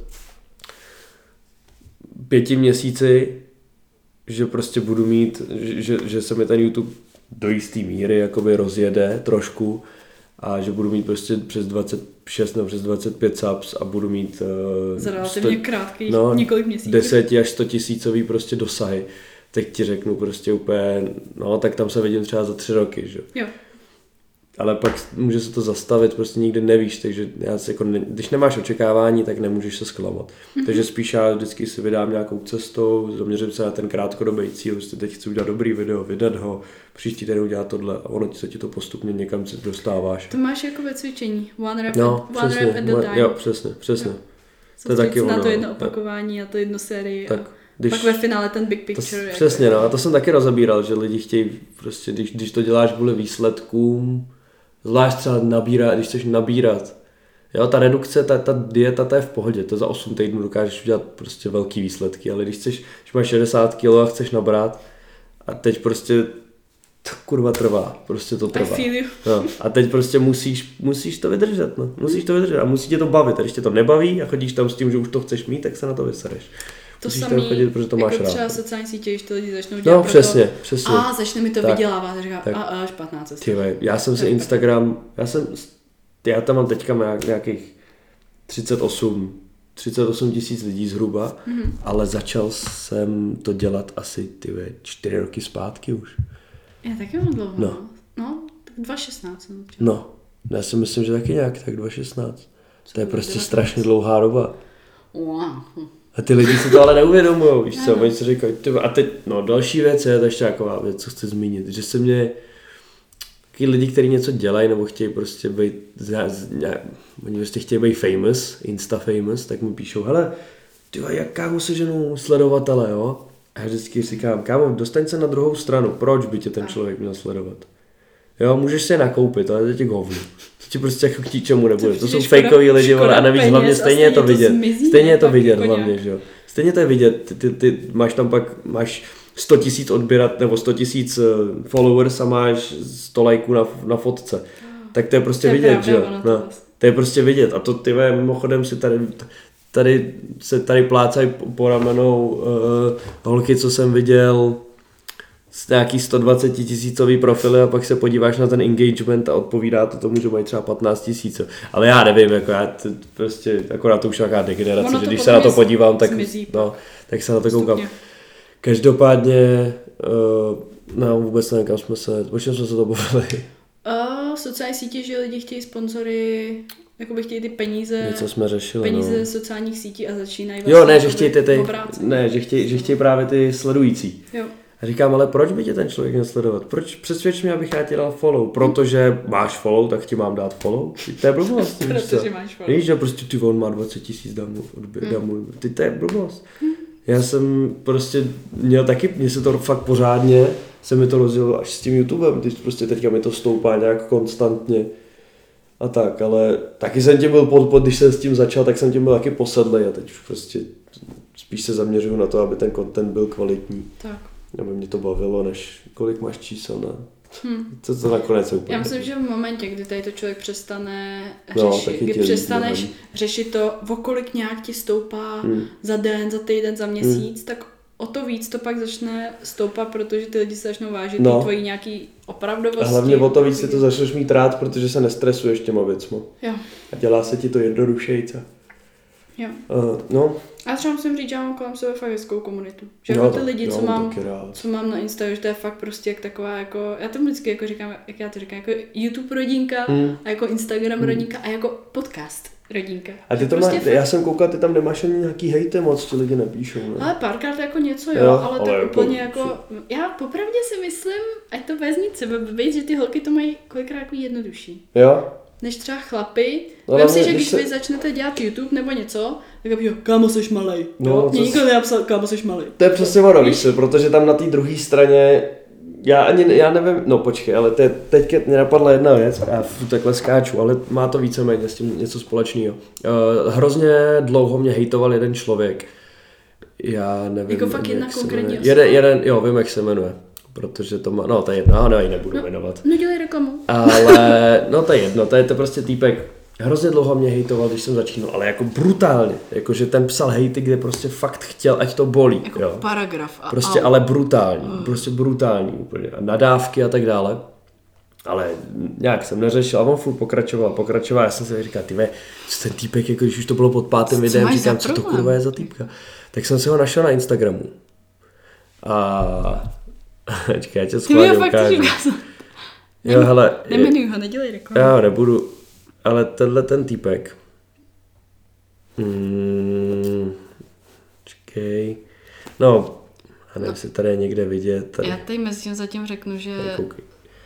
pěti měsíci, že prostě budu mít, že, že se mi ten YouTube do jistý míry jakoby rozjede trošku a že budu mít prostě přes dvacet šest nebo přes dvacet pět subs a budu mít uh, za relativně sto, krátkých no, několik měsíců. deset až sto tisícový prostě dosahy. Tak ti řeknu prostě úplně, no tak tam se vidím třeba za tři roky, že? Jo. Ale pak může se to zastavit, prostě nikdy nevíš, takže já si jako ne, když nemáš očekávání, tak nemůžeš se zklamat. Mm-hmm. Takže spíš já vždycky si vydám nějakou cestou, zaměřím se na ten krátkodobý cíl, prostě teď chci udělat dobrý video, vydat ho, příští den udělat tohle a ono se ti to postupně někam se dostáváš. To máš jako ve cvičení, one rep, no, one přesně, rep at the time. Jo, přesně, přesně. Jo. To je taky na ono, to jedno no. opakování a to jedno sérii. Tak. A Když, pak ve finále ten big picture. To, jako přesně, no, a to jsem taky rozebíral, že lidi chtějí, prostě, když, když to děláš kvůli výsledkům, zvlášť třeba nabírat, když chceš nabírat. Jo, ta redukce, ta, ta dieta, ta je v pohodě, to za osm týdnů dokážeš udělat prostě velký výsledky, ale když chceš, když máš šedesát kilo a chceš nabrat a teď prostě to kurva trvá, prostě to trvá. No, a teď prostě musíš, musíš to vydržet, no, musíš to vydržet a musí tě to bavit, a když tě to nebaví a chodíš tam s tím, že už to chceš mít, tak se na to vysereš. To musíš samý, tam chodit, protože to máš jako rád. třeba sociální sítě, když to lidi začnou dělat No přesně, to, přesně. A začne mi to tak, vydělávat, a říkám, tak. a, a špatná cesta. Tyve, já jsem si Instagram, já jsem, já tam mám teďka nějakých třicet osm tisíc lidí zhruba, mm-hmm. ale začal jsem to dělat asi tyve, čtyři roky zpátky už. Já taky mám dlouho. No. No, tak dva tisíce šestnáct. No, já si myslím, že taky nějak tak dva tisíce šestnáct. To je prostě strašně dlouhá doba. Wow. A ty lidi si to ale neuvědomujou, víš co, oni si říkají, a teď, no další věc je, to ještě taková věc, co chci zmínit, že se mě, taky lidi, kteří něco dělají, nebo chtějí prostě být, ne, oni prostě chtějí být famous, insta famous, tak mi píšou, hele, tyhle, jak kámo seženu sledovatele, jo? A já vždycky říkám, kámo, dostaň se na druhou stranu, proč by tě ten člověk měl sledovat? Jo, můžeš si je nakoupit, ale to je tě hovno. To ti prostě jako k ničemu nebude. To, to jsou fejkoví lidi, vole, a navíc hlavně stejně je to vidět. Stejně je to vidět hlavně, že jo. Stejně to je vidět. Ty, ty, ty máš tam pak, máš sto tisíc odběrat, nebo sto tisíc followers a máš sto lajků na, na fotce. Tak to je prostě to je vidět, pravda, že jo. No, to je prostě vidět. A to ty mimochodem si tady, tady se tady plácají po ramenou uh, holky, co jsem viděl, z nějaký sto dvacet tisícový profily a pak se podíváš na ten engagement a odpovídá to tomu, že mají třeba patnáct tisíc. Ale já nevím, jako já t- prostě akorát to už nějaká degenerace, že když se na to podívám, tak, no, tak se na to koukám. Každopádně, uh, no vůbec nevím, kam jsme se, o čem jsme se to bavili? Uh, sociální sítě, že lidi chtějí sponzory. jakoby chtějí ty peníze, něco jsme řešili, peníze no. ze sociálních sítí a začínají vlastně Jo, ne, že chtějí ty, ty obráceně. ne, že chtějí, že chtějí právě ty sledující. Jo. A říkám, ale proč by tě ten člověk měl sledovat? Proč přesvědč mě, abych já ti dal follow? Protože máš follow, tak ti mám dát follow? To je blbost. Protože máš follow. Víš, že prostě ty on má dvacet tisíc damů, damů. Ty to je blbost. Já jsem prostě měl taky, mně se to fakt pořádně, se mi to rozjelo až s tím YouTubem, když prostě teďka mi to stoupá nějak konstantně a tak, ale taky jsem tím byl, pod, pod, když jsem s tím začal, tak jsem tím byl taky posedlej a teď už prostě spíš se zaměřuju na to, aby ten content byl kvalitní. Tak. Aby mě to bavilo, než kolik máš čísel, ne? Hmm. Co to nakonec úplně. Já myslím, že v momentě, kdy tady to člověk přestane No, řešit, taky kdy tě přestaneš líbí, řešit to, o kolik nějak ti stoupá Hmm. za den, za týden, za měsíc, tak o to víc to pak začne stoupat, protože ty lidi se začnou vážit No. ty tvojí nějaký opravdovosti. A hlavně o to víc si to začneš mít rád, protože se nestresuješ těma věcma. Jo. A dělá se ti to jednodušejce. Jo. Uh, no. A třeba musím říct, že já mám kolem sebe fakt hezkou komunitu. Že Jo, jako ty tak lidi, jo, co mám, taky rád. co mám na Insta, že to je fakt prostě jak taková jako, já to vždycky jako říkám, jak já to říkám, jako YouTube rodinka Hmm. a jako Instagram Hmm. rodinka a jako podcast rodinka. A ty Že to prostě má, fakt- já jsem koukal, ty tam nemáš ani nějaký hejty moc, ti lidi nepíšou, ne? Ale párkrát jako něco jo, Jo, ale, ale tak jako- úplně jako, já popravdě si myslím, ať to vezní sebe být, že ty holky to mají kolikrát jako jednodušší. Jo? Než třeba chlapy. Ale Vem si, mě- že když když se- vy začnete dělat YouTube nebo něco, tak jo, kámo, seš malej. No, Jo, to mě s- nikdo nenapsal, kámo, seš malej. To je přesně ono, víš co, protože tam na té druhé straně, já ani, já nevím, no počkej, ale te, teďka mě napadla jedna věc, já furt takhle skáču, ale má to víceméně s tím něco společného. Uh, hrozně dlouho mě hejtoval jeden člověk, já nevím. Jako fakt ani, jedna jak se konkrétní jmenuje. osoba? Jeden, jeden, jo, vím, jak se jmenuje, protože to má, no to je jedno, no, ji nebudu No. jmenovat. No dělej reklamu. Ale, no to je jedno, to je to prostě týpek, hrozně dlouho mě hejtoval, když jsem začínal, ale jako brutálně, jakože ten psal hejty, kde prostě fakt chtěl, ať to bolí, Jako jo. paragraf. A, Prostě a, ale brutální, prostě brutální úplně. A nadávky a tak dále. Ale nějak jsem neřešil a on furt pokračoval, pokračoval. Já jsem si říkal, ty ve, co ten týpek, jako když už to bylo pod pátým Co videem, máš říkám, za co to problém? kurva je za týpka. Tak jsem si ho našel na Instagramu. A... Čekaj, já tě Ty mi schválně ho fakt ukážu. chceš ukázat. Jo, hele, Nemenuj ho, nedělej reklamu. já ho nebudu, ale tenhle ten týpek. Hmm, čekej. No, já nevím, jestli tady je někde vidět. Tady. Já tady mezi tím zatím řeknu, že... Koukej.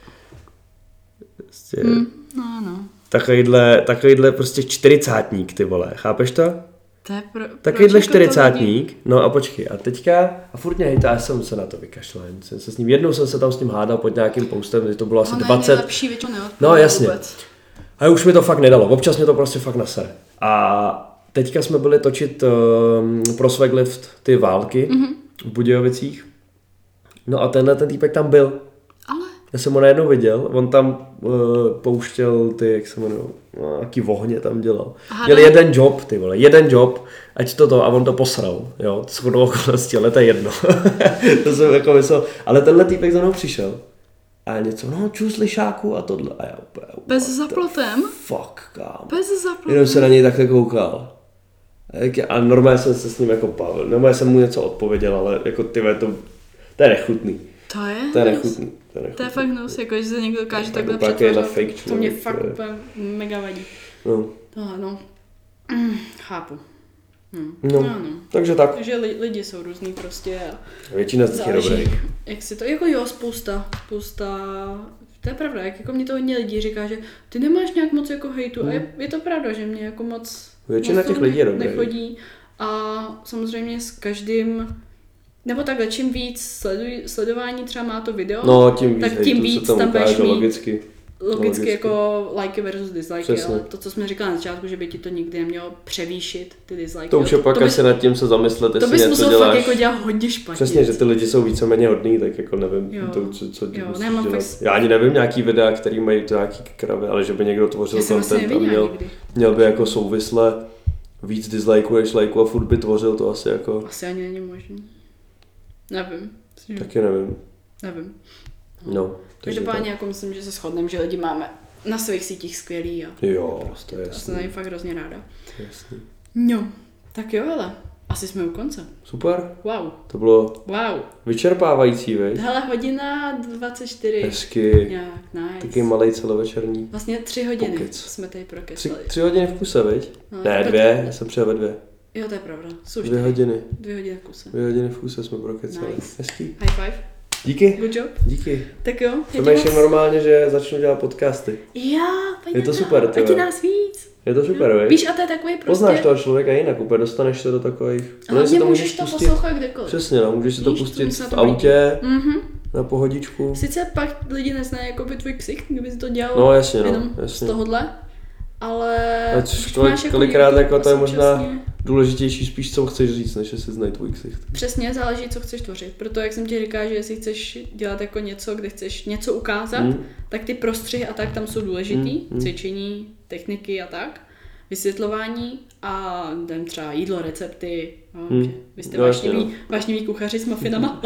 Prostě, Hmm, no, no. takovýhle, takovýhle prostě čtyřicátník, ty vole, chápeš to? To je pro, Takovýhle proč jako to lidi- čtyřicátník, no a počkej, a teďka, a furt mě hejtá, já jsem se na to vykašlal, jen jsem se s ním, jednou jsem se tam s ním hádal pod nějakým postem, kdy to bylo asi Ono je dvacet, nejlepší, většinou neodpovídá no jasně, vůbec. a už mi to fakt nedalo, občas mě to prostě fakt nasere. A teďka jsme byli točit um, pro Swaglift ty války Mhm. v Budějovicích, no a tenhle ten týpek tam byl. Ale Já jsem ho najednou viděl, on tam uh, pouštěl ty, jak se jmenují, no, jaký vohně tam dělal. Aha, Měl no. jeden job, ty vole, jeden job, ať to to, a on to posral, jo, to shodou okolností, ale to je jedno. To jsem jako myslel, ale tenhle týpek za mnou přišel a něco, no čus lišáku a tohle, a já úplně, bez what zaplotem, the fuck, kámo. bez zaplotem. Jenom se na něj takhle koukal. A, jak, a normálně jsem se s ním jako bavil, normálně jsem mu něco odpověděl, ale jako ty vole, to, to je nechutný, To je? to je nechutný. To je, To je fakt hnus, jako že se někdo dokáže Tak takhle úplně takovýhle přetvářet. fake To mě člověk, fakt to je- úplně mega vadí. No. Tohle, no. Mm, chápu. Hm. No. No, no. Takže tak, Takže li, lidi jsou různý prostě a většina z nich je záleží, dobrých. jak si to, jako jo, spousta, spousta, to je pravda, jak jako mě to hodně lidí říká, že ty nemáš nějak moc jako hejtu a je, je to pravda, že mě jako moc, Většina moc těch toho lidí je dobrých. nechodí a samozřejmě s každým, nebo takhle, čím víc sleduj, sledování třeba má to video, No, tím víc, tak hejtu tím se víc tam tam budeš ukáže mít logicky. logicky, logicky. jako lajky versus dislike, Přesně. ale to, co jsme říkali na začátku, že by ti to nikdy nemělo převýšit, ty dislike. To už je pak to asi nad tím se zamyslet, to jestli bys něco musel děláš. fakt jako dělat hodně špatně. Přesně, že ty lidi jsou víceméně hodný, tak jako nevím, Jo. to, co, co Jo, musíš ne, mám dělat. fakt- Já ani nevím nějaký videa, který mají to nějaký kravy, ale že by někdo tvořil Já jsem vlastně content a neviděla měl, nikdy. měl by jako souvisle víc dislikeů než likeů a furt by tvořil, to asi jako, Asi ani není možný. Nevím. Myslím, že- taky nevím. Nevím. No, takže Každopádně jako myslím, že se shodneme, že lidi máme na svých sítích skvělý a tak. Jo, to je já jsem na ně jasný, fakt hrozně ráda. to je jasný. No, tak jo, hele. Asi jsme u konce. Super. Wow. To bylo Wow. vyčerpávající, veď? Hele, hodina dvacet čtyři. Hezky. Nějak, nice. Taky malej celovečerní. Vlastně tři hodiny Pokec. jsme tady Tři, prokecali. tři hodiny v kuse, veď? No, ne, proto- dvě, já jsem přijel ve dvě. Jo, to je pravda. Jsou Dvě čtyři. hodiny. Dvě hodiny v kuse. Dvě hodiny v kuse jsme prokecali. Nice. Hezký. High five. Díky. Good job. Díky. Tak jo. Přemýšlím normálně, že začnu dělat podcasty. Já, Je to super, Ať je tyhle. nás víc. Je to super, veď? Víš, a to je takový prostě... Poznáš toho člověka jinak, úplně dostaneš se do takových... Hlavně můžeš to poslouchat kdekoliv. Přesně, no, můžeš si to Víš, to pustit musí na v to autě, Mhm. na pohodičku. Sice pak lidi neznají jakoby tvůj ksicht, kdyby si to dělal No jasně, no, jenom jasně. z tohohle, ale... Ale už kolik, máš jako kolikrát YouTube jako to je a možná současně- důležitější spíš, co chceš říct, než jestli znají tvůj ksicht. Přesně, záleží, co chceš tvořit. Proto, jak jsem ti říkala, že jestli chceš dělat jako něco, kde chceš něco ukázat, Mm. tak ty prostřihy a tak tam jsou důležitý. Mm, mm. Cvičení, techniky a tak. Vysvětlování a jdem třeba jídlo, recepty. No, Mm. že Vy jste No, jasně, vášniví, vášniví kuchaři s mafinama.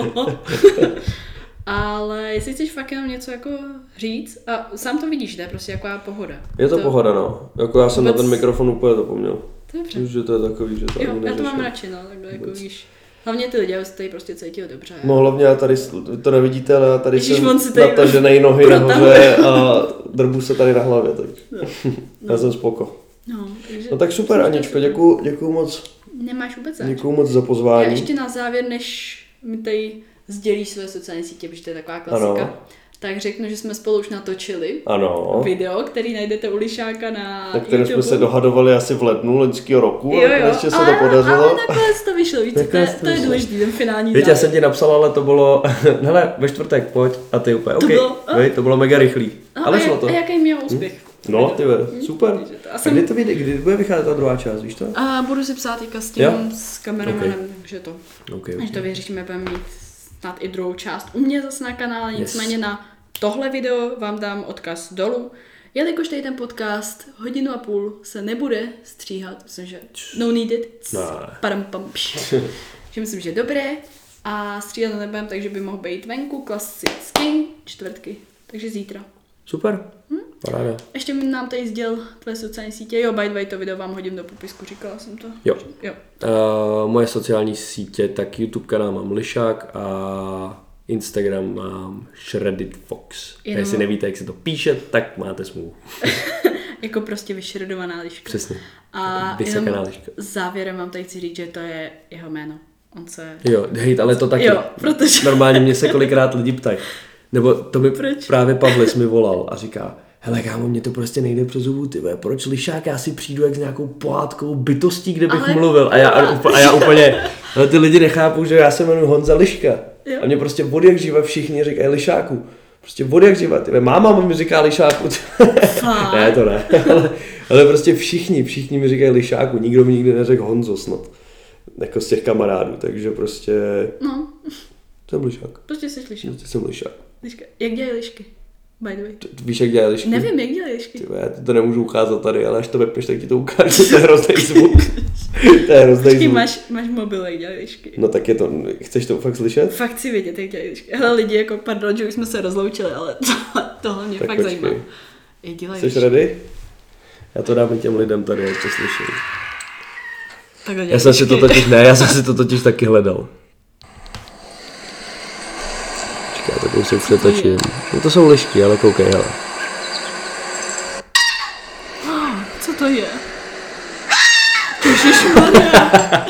Ale jestli chceš fakt jenom něco jako říct, a sám to vidíš, to je prostě jaká pohoda. Je to, pohoda, no. Jako já jsem vůbec- na ten mikrofon úplně zapomněl. To je dobře. Že to je takový, že to Jo, ani já to mám neřeším. radši, no, takhle jako Vůbec. víš. Hlavně ty lidi, aby se tady prostě cítili dobře. No hlavně já tady, to nevidíte, ale já tady Ježiš, jsem on si tady nataženej nohy protahuje. nahoře a drbu se tady na hlavě, tak No. já jsem spoko. No, takže... No tak super, Aničko, děkuju, děkuju moc, Nemáš vůbec zač. děkuju moc za Já pozvání. ještě na závěr, než mi tady sdělíš své sociální sítě, protože to je taková klasika, Ano. tak řeknu, že jsme spolu už natočili Ano, video, který najdete u Lišáka na na kterém YouTube. jsme se dohadovali asi v lednu loňského roku Jo, a jo, ještě se ale, to podařilo. ale nakonec to vyšlo, víš, co, to, je, Nakonec to to je vyšlo. důležitý, ten finální Víte, já závěr. jsem ti napsal, ale to bylo, hele, ve čtvrtek, pojď, a ty úplně, To OK, bylo- a? Vej, to bylo mega rychlý, No, ale a, šlo jak, to. a jaký měl úspěch? No, ty ve, super. Takže to- a A jsem- kdy to vyjde, kdy bude vycházet ta druhá část, víš to? A budu si psát teďka s tím, Jo? s kameramanem, Ok. takže to. OK, Až to OK. vyřešíme, budeme mít snad i druhou část u mě zase na kanále, Yes. nicméně na tohle video vám dám odkaz dolů. Jelikož tady ten podcast hodinu a půl se nebude stříhat, myslím, že no needed, Ne. padam pam, pš. že myslím, že dobré a stříhat to nebudem, takže by mohl být venku klasicky čtvrtky, takže zítra. Super, Hm? paráda. Ještě mi nám tady sděl tvé sociální sítě, jo, by the way, to video vám hodím do popisku, říkala jsem to. Jo. Jo. Uh, moje sociální sítě, tak YouTube kanál mám Lišák a Instagram mám Shredded Fox. Jenom- A jestli nevíte, jak se to píše, tak máte smůlu. Jako prostě vyšredovaná liška. Přesně. A Vysekaná jenom liška. závěrem vám tady chci říct, že to je jeho jméno. On se... Jo, hej, ale to taky. Jo, protože- Normálně mě se kolikrát lidi ptají. Nebo to mi Proč? právě Pavlis mi volal a říká, hele kámo, mě to prostě nejde přes zubu, ty vole, proč Lišák, já si přijdu jak s nějakou pohádkovou bytostí, kde bych Ale mluvil. A já, a já úplně, ale ty lidi nechápou, že já se jmenuji Honza Liška. Jo. A mě prostě od jak živa všichni říkají Lišáku. Prostě od jak živa, ty vole, máma mi říká Lišáku. Fakt? Ne, to ne. Ale, ale prostě všichni, všichni mi říkají Lišáku, nikdo mi nikdy neřekl Honzo snad. Jako z těch kamarádů, takže prostě No, jsem Lišák. prostě jsi liška. Prostě jsem Lišák. liška. Jak dělají lišky? By the way. T- Víš, jak dělají lišky? Nevím, jak dělají lišky. Ty vole, já ti to nemůžu ukázat tady, ale až to vypneš, tak ti to ukážu, to je hrozný zvuk. To je hrozný Počkej, zvuk. máš, máš mobil, jak dělají lišky. No tak je to, chceš to fakt slyšet? Fakt chci vědět, jak dělají lišky. Hele lidi, jako pardon, že už jsme se rozloučili, ale tohle, tohle mě Tak fakt počkej. zajímá. Jak dělají Jsi lišky. ready? Já to dám i těm lidem tady, jak to slyší. Takhle Já dělají jsem si to lišky. totiž, ne, já jsem si to totiž taky hledal. Počkej, já to kousek přetočím. No to jsou lišky, ale koukej, hele. Co to je? Ježišmarja.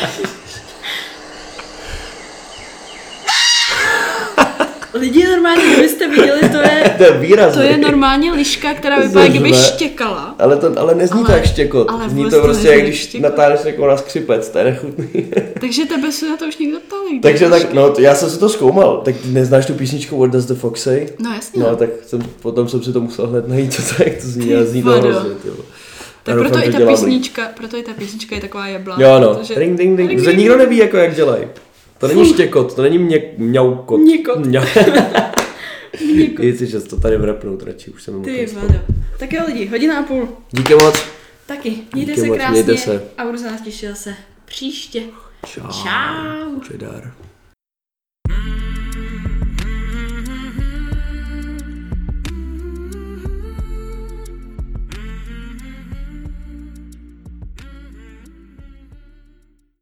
Lidi normálně, kdybyste viděli, to je, To je výrazný. to je normálně liška, která To vypadá, jak kdyby řve. štěkala. Ale, to, ale nezní Ale- to jak štěkot, ale zní vůbec to to prostě nezní jak jak když štěkot. natáhneš jako na skřipec, to je nechutný. Takže tebe se na to už někdo ptal. jak Takže děláš tak, no, t- já jsem si to zkoumal, tak ty neznáš tu písničku What Does the Fox Say? No jasně. No, tak jsem, potom jsem si to musel hned najít, co to, jak to zní, Ty a zní to vado. hrozně, ty vole. Tak Já proto doufám, i že ta dělám líp. písnička, proto i ta písnička je taková jebla. Jo, no, protože- ring, ding, ding, Ring, protože ding, nikdo ding. neví, jako jak dělají. To není štěkot, to není mě, mňaukot. Mňikot. Mňa- Mňikot. Jdi si, to tady vrapnout radši, už jsem Ty vado. Tak jo lidi, hodina a půl. Díky moc. Taky, mějte Díky se moc, krásně mějte se. a budu se nás těšit se příště. Čau. Čau. Čedar.